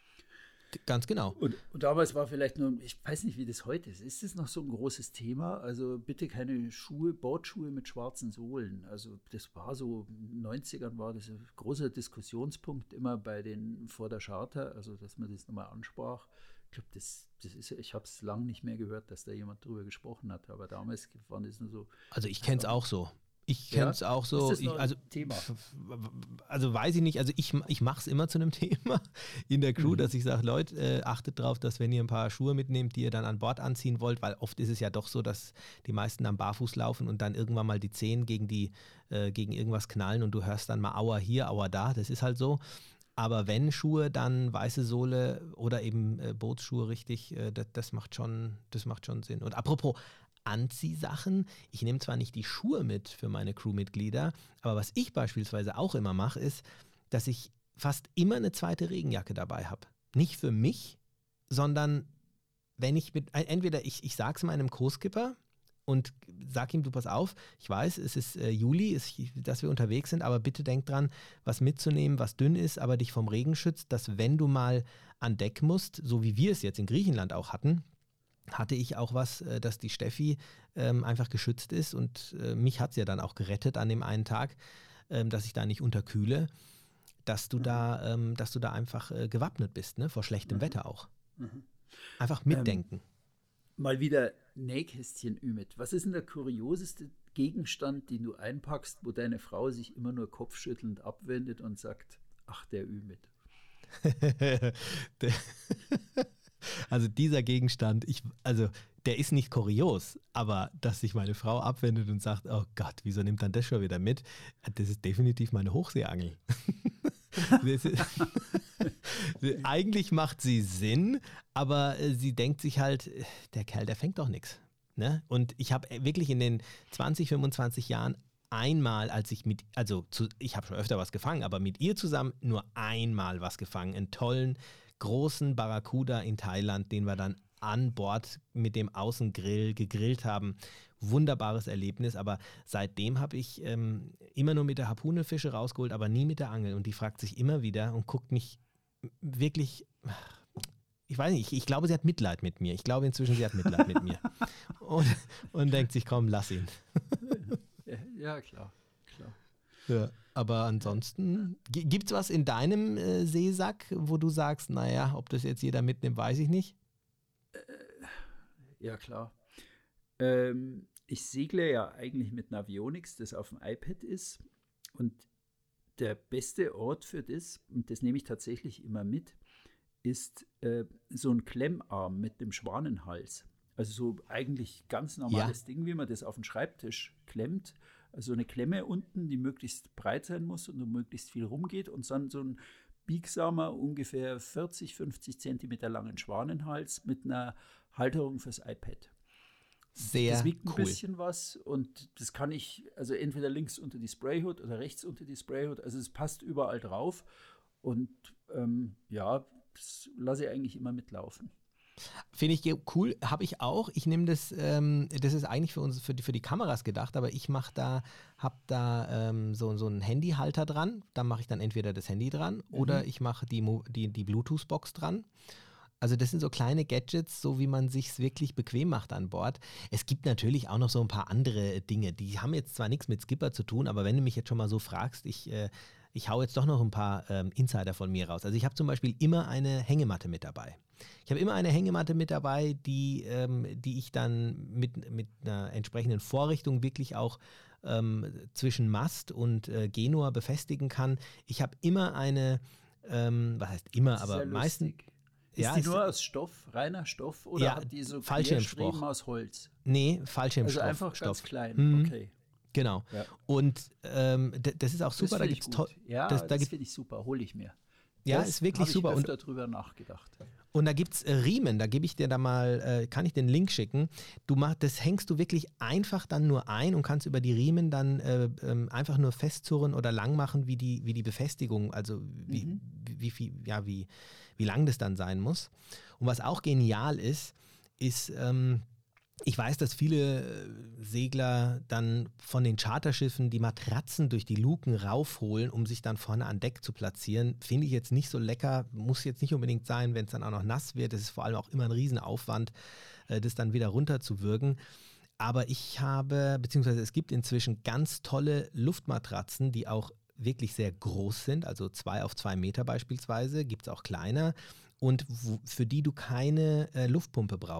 Ganz genau. Und, und damals war vielleicht nur, ich weiß nicht, wie das heute ist. Ist das noch so ein großes Thema? Also bitte keine Schuhe, Bordschuhe mit schwarzen Sohlen. Also das war so, in den neunzigern war das ein großer Diskussionspunkt immer bei den vor der Charter, also dass man das nochmal ansprach. Ich glaube, das, das ist, ich habe es lange nicht mehr gehört, dass da jemand drüber gesprochen hat, aber damals waren das nur so. Also ich kenne es auch so. Ich kenne es ja auch so. Ist das ich, also, ein Thema? Also weiß ich nicht, also ich, ich mache es immer zu einem Thema in der Crew, mhm. dass ich sage, Leute, äh, achtet darauf, dass wenn ihr ein paar Schuhe mitnehmt, die ihr dann an Bord anziehen wollt, weil oft ist es ja doch so, dass die meisten am Barfuß laufen und dann irgendwann mal die Zehen gegen, die, äh, gegen irgendwas knallen und du hörst dann mal Aua hier, Aua da, das ist halt so. Aber wenn Schuhe, dann weiße Sohle oder eben äh, Bootsschuhe richtig, äh, das, das, macht schon, das macht schon Sinn. Und apropos Anziehsachen. Ich nehme zwar nicht die Schuhe mit für meine Crewmitglieder, aber was ich beispielsweise auch immer mache, ist, dass ich fast immer eine zweite Regenjacke dabei habe. Nicht für mich, sondern wenn ich mit, entweder ich, ich sage es meinem Co-Skipper und sag ihm, du pass auf, ich weiß, es ist äh, Juli, ist, dass wir unterwegs sind, aber bitte denk dran, was mitzunehmen, was dünn ist, aber dich vom Regen schützt, dass wenn du mal an Deck musst, so wie wir es jetzt in Griechenland auch hatten, hatte ich auch was, dass die Steffi ähm, einfach geschützt ist und äh, mich hat es ja dann auch gerettet an dem einen Tag, ähm, dass ich da nicht unterkühle, dass du mhm. da, ähm, dass du da einfach äh, gewappnet bist, ne, vor schlechtem mhm. Wetter auch. Mhm. Einfach mitdenken. Ähm, mal wieder Nähkästchen, Ümit. Was ist denn der kurioseste Gegenstand, den du einpackst, wo deine Frau sich immer nur kopfschüttelnd abwendet und sagt, ach, der Ümit. der Also dieser Gegenstand, ich, also der ist nicht kurios, aber dass sich meine Frau abwendet und sagt, oh Gott, wieso nimmt dann das schon wieder mit? Das ist definitiv meine Hochseeangel. ist, eigentlich macht sie Sinn, aber sie denkt sich halt, der Kerl, der fängt doch nichts. Ne? Und ich habe wirklich in den zwanzig, fünfundzwanzig Jahren einmal, als ich mit, also zu, ich habe schon öfter was gefangen, aber mit ihr zusammen nur einmal was gefangen, einen tollen, großen Barracuda in Thailand, den wir dann an Bord mit dem Außengrill gegrillt haben. Wunderbares Erlebnis, aber seitdem habe ich ähm, immer nur mit der Harpune Fische rausgeholt, aber nie mit der Angel. Und die fragt sich immer wieder und guckt mich wirklich, ich weiß nicht, ich, ich glaube, sie hat Mitleid mit mir. Ich glaube inzwischen, sie hat Mitleid mit mir. Und, und denkt sich, komm, lass ihn. Ja, klar, klar. Ja, aber ansonsten, gibt es was in deinem äh, Seesack, wo du sagst, naja, ob das jetzt jeder mitnimmt, weiß ich nicht? Äh, ja, klar. Ähm, ich segle ja eigentlich mit Navionics, das auf dem iPad ist. Und der beste Ort für das, und das nehme ich tatsächlich immer mit, ist äh, so ein Klemmarm mit dem Schwanenhals. Also so eigentlich ganz normales ja. Ding, wie man das auf den Schreibtisch klemmt. Also eine Klemme unten, die möglichst breit sein muss und möglichst viel rumgeht. Und dann so ein biegsamer, ungefähr vierzig, fünfzig Zentimeter langen Schwanenhals mit einer Halterung fürs iPad. Sehr Das wiegt ein cool. bisschen was und das kann ich, also entweder links unter die Sprayhood oder rechts unter die Sprayhood. Also es passt überall drauf. Und ähm, ja, das lasse ich eigentlich immer mitlaufen. Finde ich cool, habe ich auch. Ich nehme das, ähm, das ist eigentlich für uns, für die, für die Kameras gedacht, aber ich mache da, habe da ähm, so, so einen Handyhalter dran. Da mache ich dann entweder das Handy dran mhm. oder ich mache die, die, die Bluetooth-Box dran. Also das sind so kleine Gadgets, so wie man sich's wirklich bequem macht an Bord. Es gibt natürlich auch noch so ein paar andere Dinge, die haben jetzt zwar nichts mit Skipper zu tun, aber wenn du mich jetzt schon mal so fragst, ich, äh, ich hau jetzt doch noch ein paar ähm, Insider von mir raus. Also ich habe zum Beispiel immer eine Hängematte mit dabei. Ich habe immer eine Hängematte mit dabei, die, ähm, die ich dann mit, mit einer entsprechenden Vorrichtung wirklich auch ähm, zwischen Mast und äh, Genua befestigen kann. Ich habe immer eine, ähm, was heißt immer, aber meistens... Ist ja, die nur aus Stoff, reiner Stoff, oder ja, hat die so Fallschirmspruch aus Holz? Nee, Fallschirmstoff. Also einfach Stoff. ganz klein, hm. okay. Genau. Ja. Und ähm, d- das ist auch super. Das da gibt's toll. Ja, das, das finde ich super, hole ich mir. Ja, das ist wirklich super. Ich habe öfter drüber nachgedacht. Und da gibt es äh, Riemen, da gebe ich dir da mal, äh, kann ich den Link schicken. Du mach, das hängst du wirklich einfach dann nur ein und kannst über die Riemen dann äh, ähm, einfach nur festzurren oder lang machen, wie die, wie die Befestigung, also wie, mhm. wie, wie, viel, ja, wie, wie lang das dann sein muss. Und was auch genial ist, ist, ähm, ich weiß, dass viele Segler dann von den Charterschiffen die Matratzen durch die Luken raufholen, um sich dann vorne an Deck zu platzieren. Finde ich jetzt nicht so lecker, muss jetzt nicht unbedingt sein, wenn es dann auch noch nass wird. Das ist vor allem auch immer ein Riesenaufwand, das dann wieder runterzuwürgen. Aber ich habe, beziehungsweise es gibt inzwischen ganz tolle Luftmatratzen, die auch wirklich sehr groß sind, also zwei auf zwei Meter beispielsweise, gibt es auch kleiner und w- für die du keine äh, Luftpumpe brauchst.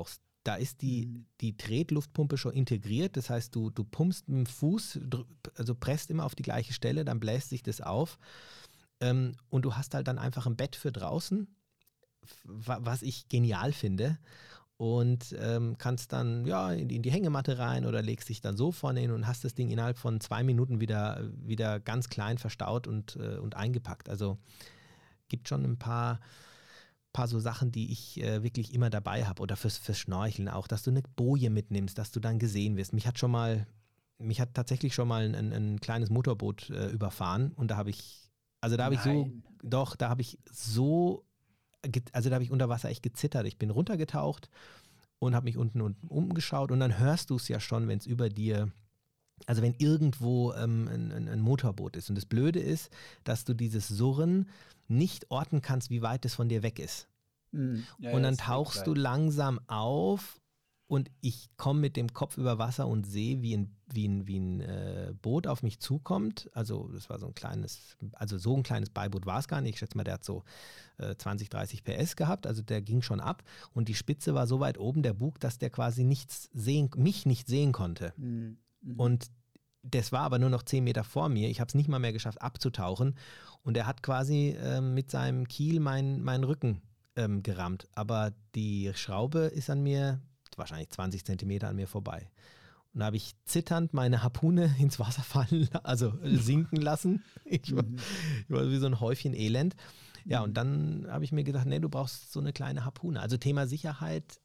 Da ist die, Mhm. die Tretluftpumpe schon integriert. Das heißt, du, du pumpst mit dem Fuß, dr- also presst immer auf die gleiche Stelle, dann bläst sich das auf. Ähm, und du hast halt dann einfach ein Bett für draußen, wa- was ich genial finde. Und ähm, kannst dann ja in, in die Hängematte rein oder legst dich dann so vorne hin und hast das Ding innerhalb von zwei Minuten wieder, wieder ganz klein verstaut und, äh, und eingepackt. Also gibt schon ein paar, paar so Sachen, die ich äh, wirklich immer dabei habe. Oder fürs, fürs Schnorcheln auch, dass du eine Boje mitnimmst, dass du dann gesehen wirst. Mich hat schon mal, mich hat tatsächlich schon mal ein, ein, ein kleines Motorboot äh, überfahren und da habe ich, also da habe ich so, Nein. doch, da habe ich so, ge- also da habe ich unter Wasser echt gezittert. Ich bin runtergetaucht und habe mich unten unten umgeschaut und dann hörst du es ja schon, wenn es über dir, also wenn irgendwo ähm, ein, ein, ein Motorboot ist. Und das Blöde ist, dass du dieses Surren nicht orten kannst, wie weit es von dir weg ist. Mhm. Ja, Und ja, dann ist tauchst du recht weit. langsam auf und ich komme mit dem Kopf über Wasser und sehe, wie ein, wie ein, wie ein äh, Boot auf mich zukommt. Also das war so ein kleines, also so ein kleines Beiboot war es gar nicht. Ich schätze mal, der hat so äh, zwanzig, dreißig P S gehabt. Also der ging schon ab und die Spitze war so weit oben, der Bug, dass der quasi nichts sehen, mich nicht sehen konnte. Mhm. Mhm. Und das war aber nur noch zehn Meter vor mir. Ich habe es nicht mal mehr geschafft abzutauchen. Und er hat quasi ähm, mit seinem Kiel meinen mein Rücken ähm, gerammt. Aber die Schraube ist an mir, wahrscheinlich zwanzig Zentimeter an mir vorbei. Und da habe ich zitternd meine Harpune ins Wasser fallen, also äh, sinken lassen. Ich war, Mhm. ich war wie so ein Häufchen Elend. Ja, und Mhm. dann habe ich mir gedacht, nee, du brauchst so eine kleine Harpune. Also Thema Sicherheit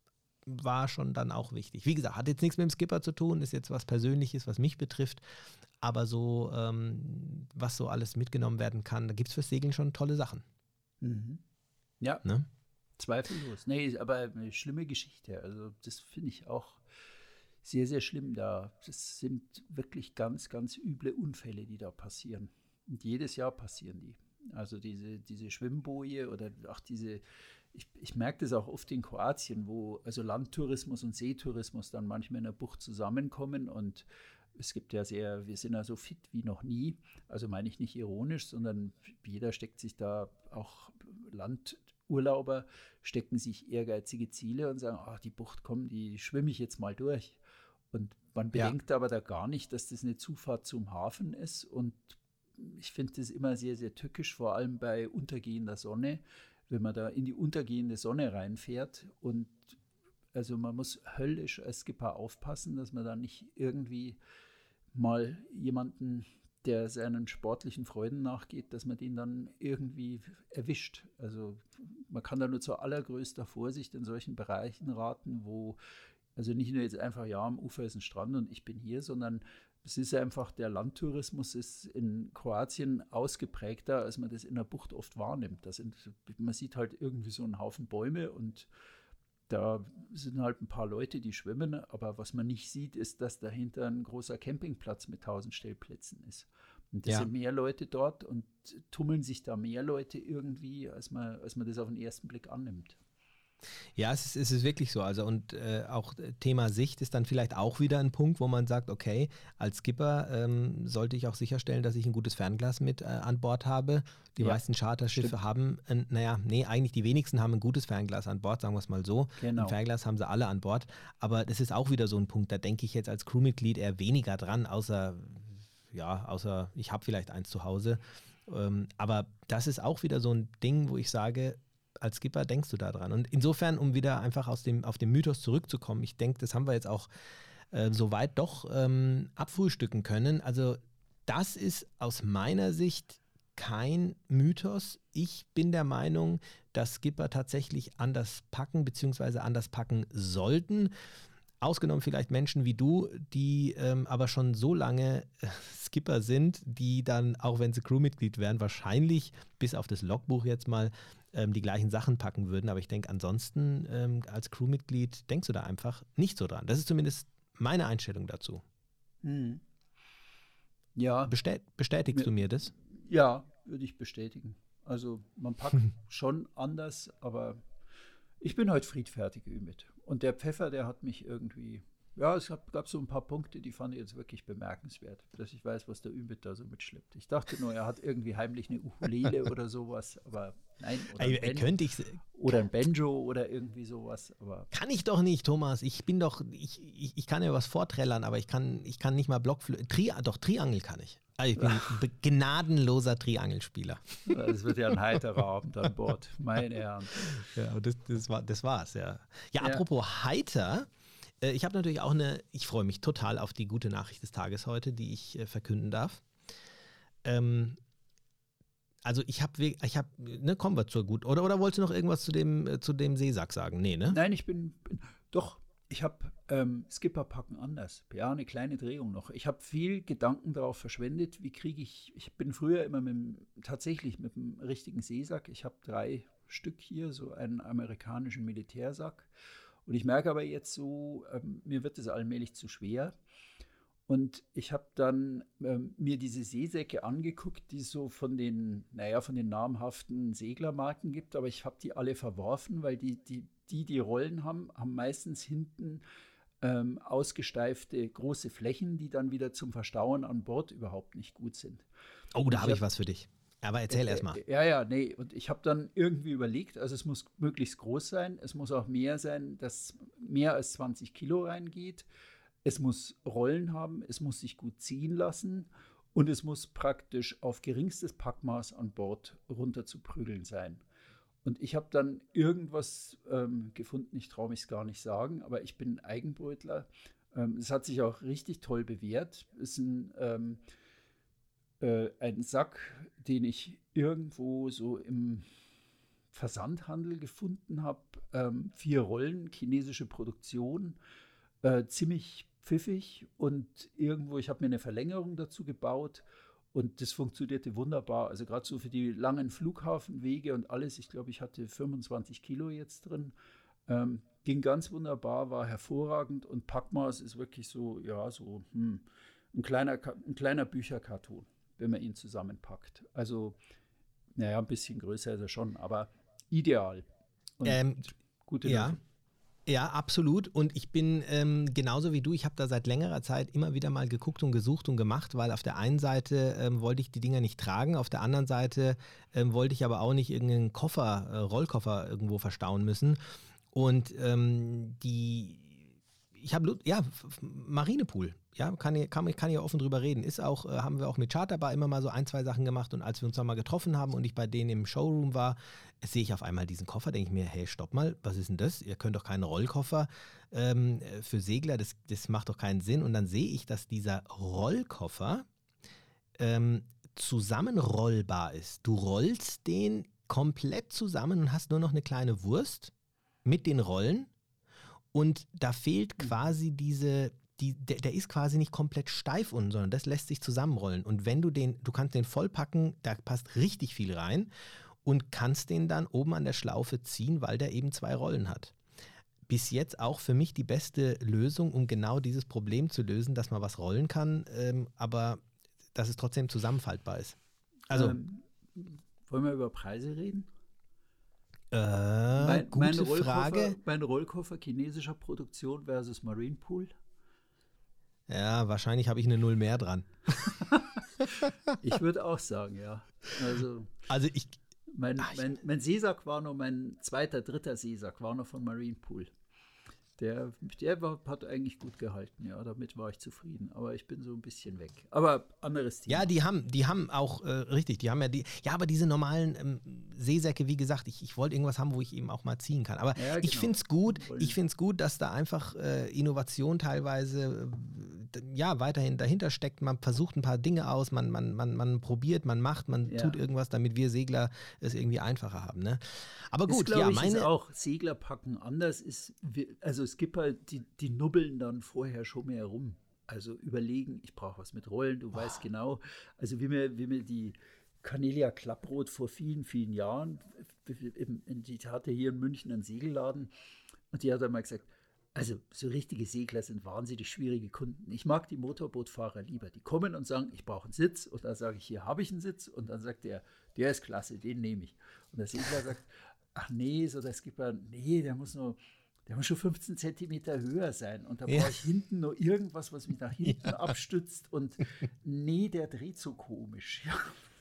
war schon dann auch wichtig. Wie gesagt, hat jetzt nichts mit dem Skipper zu tun, ist jetzt was Persönliches, was mich betrifft, aber so, ähm, was so alles mitgenommen werden kann, da gibt es fürs Segeln schon tolle Sachen. Mhm. Ja, Ne? zweifellos. Nee, aber eine schlimme Geschichte. Also das finde ich auch sehr, sehr schlimm da. Das sind wirklich ganz, ganz üble Unfälle, die da passieren. Und jedes Jahr passieren die. Also diese, diese Schwimmboje oder auch diese, ich, ich merke das auch oft in Kroatien, wo also Landtourismus und Seetourismus dann manchmal in der Bucht zusammenkommen und es gibt ja sehr, wir sind ja so fit wie noch nie. Also meine ich nicht ironisch, sondern jeder steckt sich da, auch Landurlauber stecken sich ehrgeizige Ziele und sagen, ach, die Bucht, komm, die schwimme ich jetzt mal durch. Und man Ja. bedenkt aber da gar nicht, dass das eine Zufahrt zum Hafen ist. Und ich finde das immer sehr, sehr tückisch, vor allem bei untergehender Sonne, wenn man da in die untergehende Sonne reinfährt. Und also man muss höllisch als Skipper aufpassen, dass man da nicht irgendwie mal jemanden, der seinen sportlichen Freuden nachgeht, dass man den dann irgendwie erwischt. Also man kann da nur zu allergrößter Vorsicht in solchen Bereichen raten, wo also nicht nur jetzt einfach, ja, am Ufer ist ein Strand und ich bin hier, sondern es ist einfach, der Landtourismus ist in Kroatien ausgeprägter, als man das in der Bucht oft wahrnimmt. Das sind, man sieht halt irgendwie so einen Haufen Bäume und da sind halt ein paar Leute, die schwimmen, aber was man nicht sieht, ist, dass dahinter ein großer Campingplatz mit tausend Stellplätzen ist. Und das Ja. sind mehr Leute dort und tummeln sich da mehr Leute irgendwie, als man, als man das auf den ersten Blick annimmt. Ja, es ist, es ist wirklich so. Also und äh, auch Thema Sicht ist dann vielleicht auch wieder ein Punkt, wo man sagt, okay, als Skipper ähm, sollte ich auch sicherstellen, dass ich ein gutes Fernglas mit äh, an Bord habe. Die Ja, meisten Charterschiffe stimmt. haben, ein, naja, nee, eigentlich die wenigsten haben ein gutes Fernglas an Bord, sagen wir es mal so. Genau. Ein Fernglas haben sie alle an Bord. Aber das ist auch wieder so ein Punkt, da denke ich jetzt als Crewmitglied eher weniger dran, außer, ja, außer ich habe vielleicht eins zu Hause. Ähm, aber das ist auch wieder so ein Ding, wo ich sage, als Skipper denkst du da dran. Und insofern, um wieder einfach aus dem, auf den Mythos zurückzukommen, ich denke, das haben wir jetzt auch äh, soweit doch ähm, abfrühstücken können. Also das ist aus meiner Sicht kein Mythos. Ich bin der Meinung, dass Skipper tatsächlich anders packen bzw. anders packen sollten. Ausgenommen vielleicht Menschen wie du, die ähm, aber schon so lange äh, Skipper sind, die dann, auch wenn sie Crewmitglied wären, wahrscheinlich bis auf das Logbuch jetzt mal ähm, die gleichen Sachen packen würden. Aber ich denke, ansonsten ähm, als Crewmitglied denkst du da einfach nicht so dran. Das ist zumindest meine Einstellung dazu. Mhm. Ja, Bestät bestätigst mir, du mir das? ja, würde ich bestätigen. Also man packt schon anders, aber ich bin heute friedfertig mit. Und der Pfeffer, der hat mich irgendwie ja, es gab, gab so ein paar Punkte, die fand ich jetzt wirklich bemerkenswert, dass ich weiß, was der Ümit da so mitschleppt. Ich dachte nur, er hat irgendwie heimlich eine Ukulele oder sowas, aber nein. Oder Ey, ein, könnte ich, oder ein Banjo oder irgendwie sowas. Aber kann ich doch nicht, Thomas. Ich bin doch, ich, ich, ich kann ja was vorträllern, aber ich kann, ich kann nicht mal Blockflöte. Tri, doch, Triangel kann ich. Also ich bin ein gnadenloser Triangelspieler. es wird ja ein heiterer Abend an Bord, meine Herren. Ja, das, das, war, das war's, ja. Ja, Ja. apropos heiter. Äh, ich habe natürlich auch eine, ich freue mich total auf die gute Nachricht des Tages heute, die ich äh, verkünden darf. Ähm, also ich habe, ich habe, ne, kommen wir zur gut. Oder, oder wolltest du noch irgendwas zu dem, äh, zu dem Seesack sagen? Nee, ne? Nein, ich bin, bin doch, ich habe ähm, Skipper packen anders. Ja, eine kleine Drehung noch. Ich habe viel Gedanken darauf verschwendet, wie kriege ich, ich bin früher immer mit dem, tatsächlich mit dem richtigen Seesack. Ich habe drei Stück hier, so einen amerikanischen Militärsack. Und ich merke aber jetzt so, ähm, mir wird es allmählich zu schwer. Und ich habe dann ähm, mir diese Seesäcke angeguckt, die es so von den, naja, von den namhaften Seglermarken gibt, aber ich habe die alle verworfen, weil die, die, die, die Rollen haben, haben meistens hinten ähm, ausgesteifte große Flächen, die dann wieder zum Verstauen an Bord überhaupt nicht gut sind. Oh, da habe ich hab, was für dich. Aber erzähl äh, erst mal. Äh, ja, ja, nee. Und ich habe dann irgendwie überlegt, also es muss möglichst groß sein, es muss auch mehr sein, dass mehr als zwanzig Kilo reingeht. Es muss Rollen haben, es muss sich gut ziehen lassen und es muss praktisch auf geringstes Packmaß an Bord runter zu prügeln sein. Und ich habe dann irgendwas ähm, gefunden, ich traue mich es gar nicht sagen, aber ich bin ein Eigenbrötler. Ähm, es hat sich auch richtig toll bewährt. Es ist ein, ähm, äh, ein Sack, den ich irgendwo so im Versandhandel gefunden habe. Ähm, vier Rollen, chinesische Produktion, äh, ziemlich pfiffig und irgendwo, ich habe mir eine Verlängerung dazu gebaut und das funktionierte wunderbar. Also gerade so für die langen Flughafenwege und alles, ich glaube, ich hatte fünfundzwanzig Kilo jetzt drin, ähm, ging ganz wunderbar, war hervorragend und Packmaß ist wirklich so, ja, so hm, ein, kleiner, ein kleiner Bücherkarton, wenn man ihn zusammenpackt. Also, naja, ein bisschen größer ist er schon, aber ideal. Und Ähm, gute ja. Lösung. Ja, absolut. Und ich bin ähm, genauso wie du, ich habe da seit längerer Zeit immer wieder mal geguckt und gesucht und gemacht, weil auf der einen Seite ähm, wollte ich die Dinger nicht tragen, auf der anderen Seite ähm, wollte ich aber auch nicht irgendeinen Koffer, äh, Rollkoffer irgendwo verstauen müssen. Und ähm, die, ich habe, ja, Marinepool, ja, kann, kann, kann ich offen drüber reden. Ist auch, äh, haben wir auch mit Charterbar immer mal so ein, zwei Sachen gemacht und als wir uns dann mal getroffen haben und ich bei denen im Showroom war, sehe ich auf einmal diesen Koffer, denke ich mir, hey, stopp mal, was ist denn das? Ihr könnt doch keinen Rollkoffer ähm, für Segler, das, das macht doch keinen Sinn. Und dann sehe ich, dass dieser Rollkoffer ähm, zusammenrollbar ist. Du rollst den komplett zusammen und hast nur noch eine kleine Wurst mit den Rollen und da fehlt quasi diese, die, der, der ist quasi nicht komplett steif unten, sondern das lässt sich zusammenrollen. Und wenn du den, du kannst den vollpacken, da passt richtig viel rein und kannst den dann oben an der Schlaufe ziehen, weil der eben zwei Rollen hat. Bis jetzt auch für mich die beste Lösung, um genau dieses Problem zu lösen, dass man was rollen kann, ähm, aber dass es trotzdem zusammenfaltbar ist. Also, ähm, wollen wir über Preise reden? Äh, mein, gute mein Rollkoffer, Frage. Mein Rollkoffer chinesischer Produktion versus Marinepool. Ja, wahrscheinlich habe ich eine Null mehr dran. Ich würde auch sagen, ja. Also, also ich, mein, ach, mein, mein Seesack war noch, mein zweiter, dritter Seesack war noch von Marinepool. Der, der war, hat eigentlich gut gehalten, ja, damit war ich zufrieden. Aber ich bin so ein bisschen weg. Aber anderes Thema. Ja, die haben, die haben auch, äh, richtig, die haben ja die, ja, aber diese normalen ähm, Seesäcke, wie gesagt, ich, ich wollte irgendwas haben, wo ich eben auch mal ziehen kann. Aber ja, genau. ich finde es gut, ich finde es gut, dass da einfach äh, Innovation teilweise, äh, ja, weiterhin dahinter steckt. Man versucht ein paar Dinge aus, man, man, man, man probiert, man macht, man ja. tut irgendwas, damit wir Segler es irgendwie einfacher haben, ne? Aber gut, das, ja, ich, meine... Ist auch Segler packen anders ist, also Skipper, die, die nubbeln dann vorher schon mehr rum. Also überlegen, ich brauche was mit Rollen, du oh. weißt genau. Also wie mir, wie mir die Cornelia Klapproth vor vielen, vielen Jahren, die hatte hier in München einen Segelladen und die hat einmal gesagt, also so richtige Segler sind wahnsinnig schwierige Kunden. Ich mag die Motorbootfahrer lieber. Die kommen und sagen, ich brauche einen Sitz und dann sage ich, hier habe ich einen Sitz und dann sagt der, der ist klasse, den nehme ich. Und der Segler sagt, ach nee, so der Skipper, nee, der muss nur der muss schon fünfzehn Zentimeter höher sein. Und da Ja. brauche ich hinten noch irgendwas, was mich nach hinten ja. abstützt. Und nee, der dreht so komisch. Ja.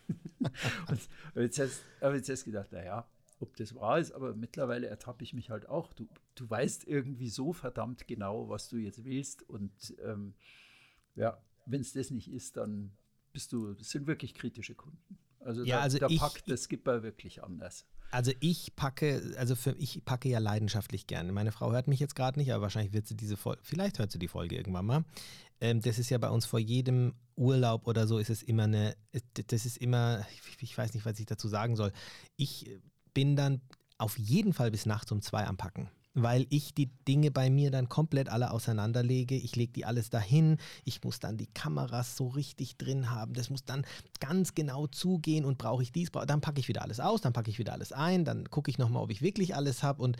Und jetzt habe ich jetzt gedacht, naja, ob das wahr ist, aber mittlerweile ertappe ich mich halt auch. Du, du weißt irgendwie so verdammt genau, was du jetzt willst. Und ähm, ja, wenn es das nicht ist, dann bist du, das sind wirklich kritische Kunden. Also, ja, da, also da ich, packt das Skipper wirklich anders. Also ich packe, also für ich packe ja leidenschaftlich gerne. Meine Frau hört mich jetzt gerade nicht, aber wahrscheinlich wird sie diese Folge, vielleicht hört sie die Folge irgendwann mal. Ähm, das ist ja bei uns vor jedem Urlaub oder so ist es immer eine, das ist immer, ich, ich weiß nicht, was ich dazu sagen soll. Ich bin dann auf jeden Fall bis nachts um zwei am Packen, weil ich die Dinge bei mir dann komplett alle auseinanderlege. Ich lege die alles dahin. Ich muss dann die Kameras so richtig drin haben. Das muss dann ganz genau zugehen und brauche ich dies, dann packe ich wieder alles aus, dann packe ich wieder alles ein, dann gucke ich nochmal, ob ich wirklich alles habe und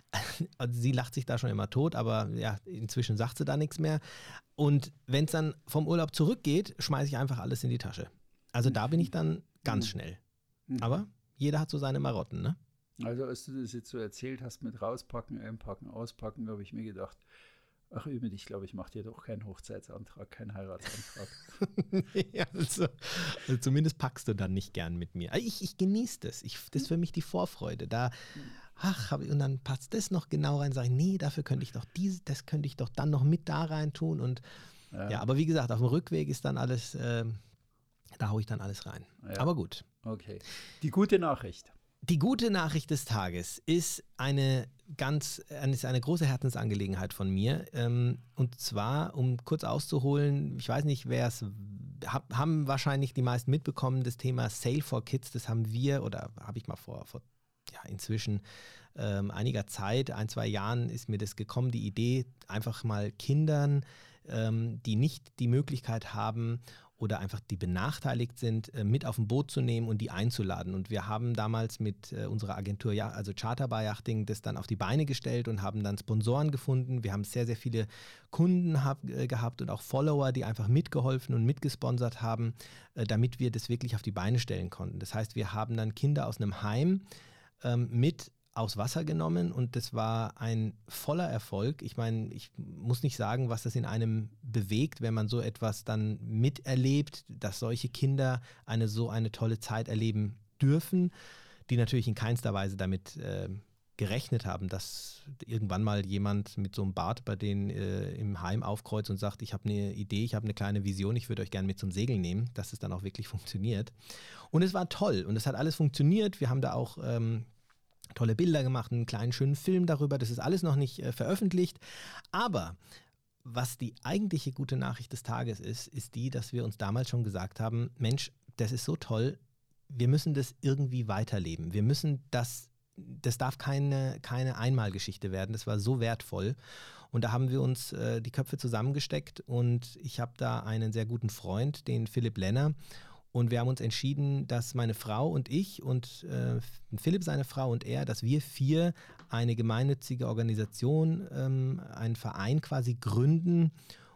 also sie lacht sich da schon immer tot, aber ja, inzwischen sagt sie da nichts mehr. Und wenn es dann vom Urlaub zurückgeht, schmeiße ich einfach alles in die Tasche. Also da bin ich dann ganz schnell. Aber jeder hat so seine Marotten, ne? Also als du das jetzt so erzählt hast mit rauspacken, einpacken, auspacken, habe ich mir gedacht, ach Ümit, ich glaube, ich mache dir doch keinen Hochzeitsantrag, keinen Heiratsantrag. ja, also, also zumindest packst du dann nicht gern mit mir. Ich, ich genieße das. Ich, das ist für mich die Vorfreude. Da, ach, hab ich, und dann passt das noch genau rein, sage ich, nee, dafür könnte ich doch diese, das könnte ich doch dann noch mit da rein tun. Und ja, ja aber wie gesagt, auf dem Rückweg ist dann alles, äh, da haue ich dann alles rein. Ja. Aber gut. Okay. Die gute Nachricht. Die gute Nachricht des Tages ist eine ganz, ist eine große Herzensangelegenheit von mir. Und zwar, um kurz auszuholen, ich weiß nicht, wer es, haben wahrscheinlich die meisten mitbekommen, das Thema Sale for Kids, das haben wir, oder habe ich mal vor, vor ja, inzwischen ähm, einiger Zeit, ein, zwei Jahren ist mir das gekommen, die Idee, einfach mal Kindern, ähm, die nicht die Möglichkeit haben, oder einfach die benachteiligt sind, mit auf ein Boot zu nehmen und die einzuladen. Und wir haben damals mit unserer Agentur, ja, also Charterbar Yachting, das dann auf die Beine gestellt und haben dann Sponsoren gefunden. Wir haben sehr, sehr viele Kunden hab, äh, gehabt und auch Follower, die einfach mitgeholfen und mitgesponsert haben, äh, damit wir das wirklich auf die Beine stellen konnten. Das heißt, wir haben dann Kinder aus einem Heim ähm, mit aus Wasser genommen und das war ein voller Erfolg. Ich meine, ich muss nicht sagen, was das in einem bewegt, wenn man so etwas dann miterlebt, dass solche Kinder eine so eine tolle Zeit erleben dürfen, die natürlich in keinster Weise damit äh, gerechnet haben, dass irgendwann mal jemand mit so einem Bart bei denen äh, im Heim aufkreuzt und sagt, ich habe eine Idee, ich habe eine kleine Vision, ich würde euch gerne mit zum Segeln nehmen, dass es dann auch wirklich funktioniert. Und es war toll und es hat alles funktioniert. Wir haben da auch ähm, tolle Bilder gemacht, einen kleinen schönen Film darüber. Das ist alles noch nicht äh, veröffentlicht. Aber was die eigentliche gute Nachricht des Tages ist, ist die, dass wir uns damals schon gesagt haben, Mensch, das ist so toll, wir müssen das irgendwie weiterleben. Wir müssen das, das darf keine, keine Einmalgeschichte werden. Das war so wertvoll. Und da haben wir uns äh, die Köpfe zusammengesteckt und ich habe da einen sehr guten Freund, den Philipp Lenner. Und wir haben uns entschieden, dass meine Frau und ich und äh, Philipp, seine Frau und er, dass wir vier eine gemeinnützige Organisation, ähm, einen Verein quasi gründen,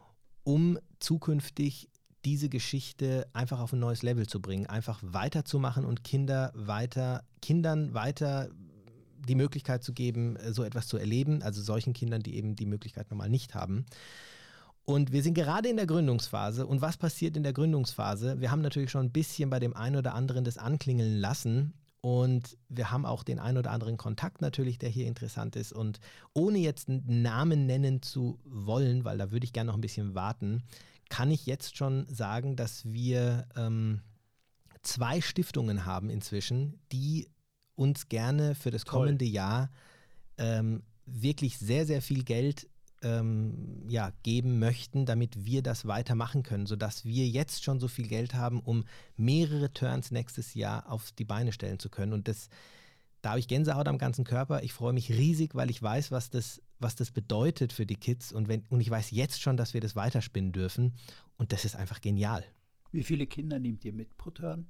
um zukünftig diese Geschichte einfach auf ein neues Level zu bringen, einfach weiterzumachen und Kinder weiter, Kindern weiter die Möglichkeit zu geben, so etwas zu erleben, also solchen Kindern, die eben die Möglichkeit normal nicht haben. Und wir sind gerade in der Gründungsphase. Und was passiert in der Gründungsphase? Wir haben natürlich schon ein bisschen bei dem einen oder anderen das anklingeln lassen. Und wir haben auch den einen oder anderen Kontakt natürlich, der hier interessant ist. Und ohne jetzt einen Namen nennen zu wollen, weil da würde ich gerne noch ein bisschen warten, kann ich jetzt schon sagen, dass wir ähm, zwei Stiftungen haben inzwischen, die uns gerne für das Toll. kommende Jahr ähm, wirklich sehr, sehr viel Geld Ähm, ja, geben möchten, damit wir das weitermachen können, sodass wir jetzt schon so viel Geld haben, um mehrere Turns nächstes Jahr auf die Beine stellen zu können. Und das, da habe ich Gänsehaut am ganzen Körper. Ich freue mich riesig, weil ich weiß, was das, was das bedeutet für die Kids. Und, wenn, und ich weiß jetzt schon, dass wir das weiterspinnen dürfen. Und das ist einfach genial. Wie viele Kinder nehmt ihr mit pro Turn?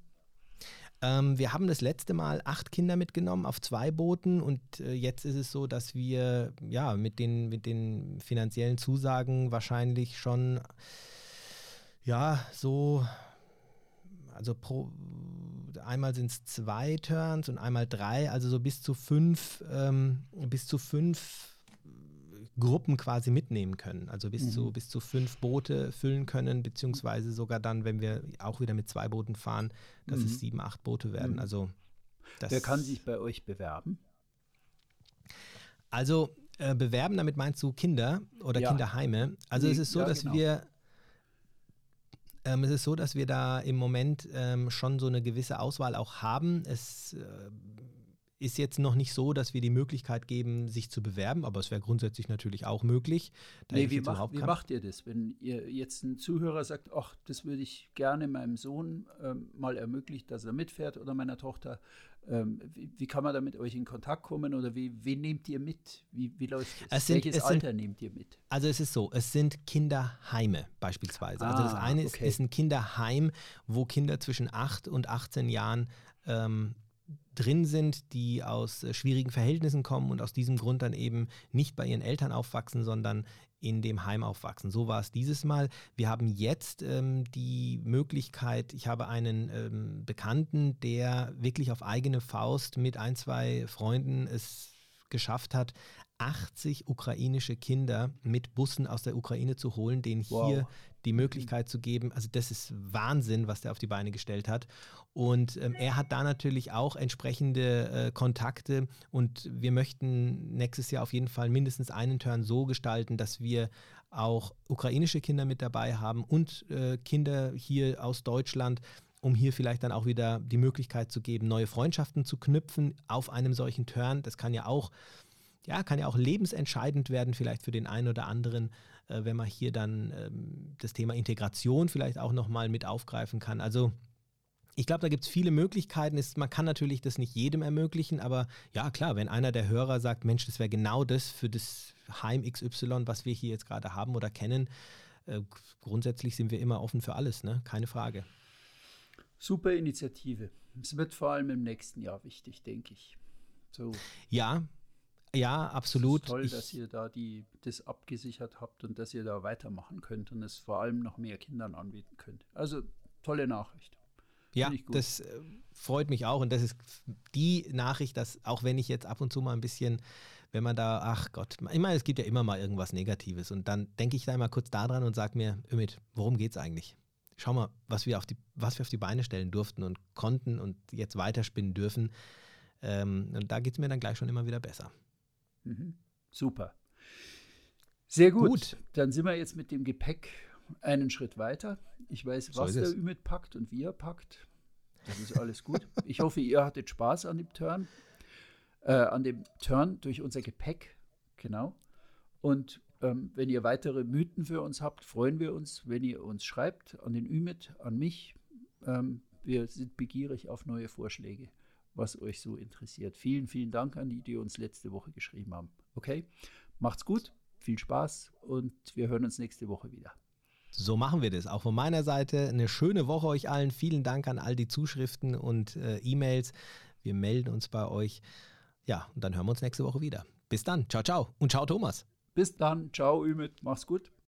Ähm, wir haben das letzte Mal acht Kinder mitgenommen auf zwei Booten und äh, jetzt ist es so, dass wir ja mit den, mit den finanziellen Zusagen wahrscheinlich schon ja so, also pro, einmal sind es zwei Turns und einmal drei, also so bis zu fünf, ähm, bis zu fünf Gruppen quasi mitnehmen können. Also bis, mhm. zu, bis zu fünf Boote füllen können, beziehungsweise sogar dann, wenn wir auch wieder mit zwei Booten fahren, dass mhm. es sieben, acht Boote werden. Mhm. Also das Wer kann sich bei euch bewerben? Also äh, bewerben, damit meinst du Kinder oder ja. Kinderheime? Also nee, es ist so, ja, dass genau. wir ähm, es ist so, dass wir da im Moment ähm, schon so eine gewisse Auswahl auch haben. Es äh, ist jetzt noch nicht so, dass wir die Möglichkeit geben, sich zu bewerben, aber es wäre grundsätzlich natürlich auch möglich. Nee, wie, mach, wie macht ihr das, wenn ihr jetzt ein Zuhörer sagt, ach, das würde ich gerne meinem Sohn ähm, mal ermöglichen, dass er mitfährt oder meiner Tochter. Ähm, wie, wie kann man da mit euch in Kontakt kommen oder wie, wen nehmt ihr mit? Wie, wie läuft das? Es sind, Welches es Alter sind, nehmt ihr mit? Also es ist so, es sind Kinderheime beispielsweise. Ah, also das eine okay. ist, ist ein Kinderheim, wo Kinder zwischen acht und achtzehn Jahren ähm, drin sind, die aus äh, schwierigen Verhältnissen kommen und aus diesem Grund dann eben nicht bei ihren Eltern aufwachsen, sondern in dem Heim aufwachsen. So war es dieses Mal. Wir haben jetzt ähm, die Möglichkeit, ich habe einen ähm, Bekannten, der wirklich auf eigene Faust mit ein, zwei Freunden es geschafft hat, achtzig ukrainische Kinder mit Bussen aus der Ukraine zu holen, denen wow. hier die Möglichkeit zu geben. Also das ist Wahnsinn, was der auf die Beine gestellt hat. Und ähm, er hat da natürlich auch entsprechende äh, Kontakte und wir möchten nächstes Jahr auf jeden Fall mindestens einen Turn so gestalten, dass wir auch ukrainische Kinder mit dabei haben und äh, Kinder hier aus Deutschland, um hier vielleicht dann auch wieder die Möglichkeit zu geben, neue Freundschaften zu knüpfen auf einem solchen Turn. Das kann ja auch Ja, kann ja auch lebensentscheidend werden, vielleicht für den einen oder anderen, äh, wenn man hier dann ähm, das Thema Integration vielleicht auch nochmal mit aufgreifen kann. Also ich glaube, da gibt es viele Möglichkeiten. Es, man kann natürlich das nicht jedem ermöglichen, aber ja klar, wenn einer der Hörer sagt, Mensch, das wäre genau das für das Heim X Y, was wir hier jetzt gerade haben oder kennen, äh, grundsätzlich sind wir immer offen für alles, ne? Keine Frage. Super Initiative. Es wird vor allem im nächsten Jahr wichtig, denke ich. So. Ja, Ja, absolut. Es ist toll, ich, dass ihr da die, das abgesichert habt und dass ihr da weitermachen könnt und es vor allem noch mehr Kindern anbieten könnt. Also tolle Nachricht. Ja, das äh, freut mich auch und das ist die Nachricht, dass auch wenn ich jetzt ab und zu mal ein bisschen, wenn man da, ach Gott, ich meine, es gibt ja immer mal irgendwas Negatives und dann denke ich da immer kurz da dran und sage mir, Ümit, worum geht's eigentlich? Schau mal, was wir auf die, was wir auf die Beine stellen durften und konnten und jetzt weiterspinnen dürfen. Ähm, und da geht es mir dann gleich schon immer wieder besser. Mhm. Super. Sehr gut. gut. Dann sind wir jetzt mit dem Gepäck einen Schritt weiter. Ich weiß, so was der Ümit packt und wie er packt. Das ist alles gut. Ich hoffe, ihr hattet Spaß an dem Turn. Äh, an dem Turn durch unser Gepäck. Genau. Und ähm, wenn ihr weitere Mythen für uns habt, freuen wir uns, wenn ihr uns schreibt an den Ümit, an mich. Ähm, wir sind begierig auf neue Vorschläge, was euch so interessiert. Vielen, vielen Dank an die, die uns letzte Woche geschrieben haben. Okay, macht's gut, viel Spaß und wir hören uns nächste Woche wieder. So machen wir das. Auch von meiner Seite eine schöne Woche euch allen. Vielen Dank an all die Zuschriften und äh, E-Mails. Wir melden uns bei euch. Ja, und dann hören wir uns nächste Woche wieder. Bis dann. Ciao, ciao. Und ciao, Thomas. Bis dann. Ciao, Ümit. Mach's gut.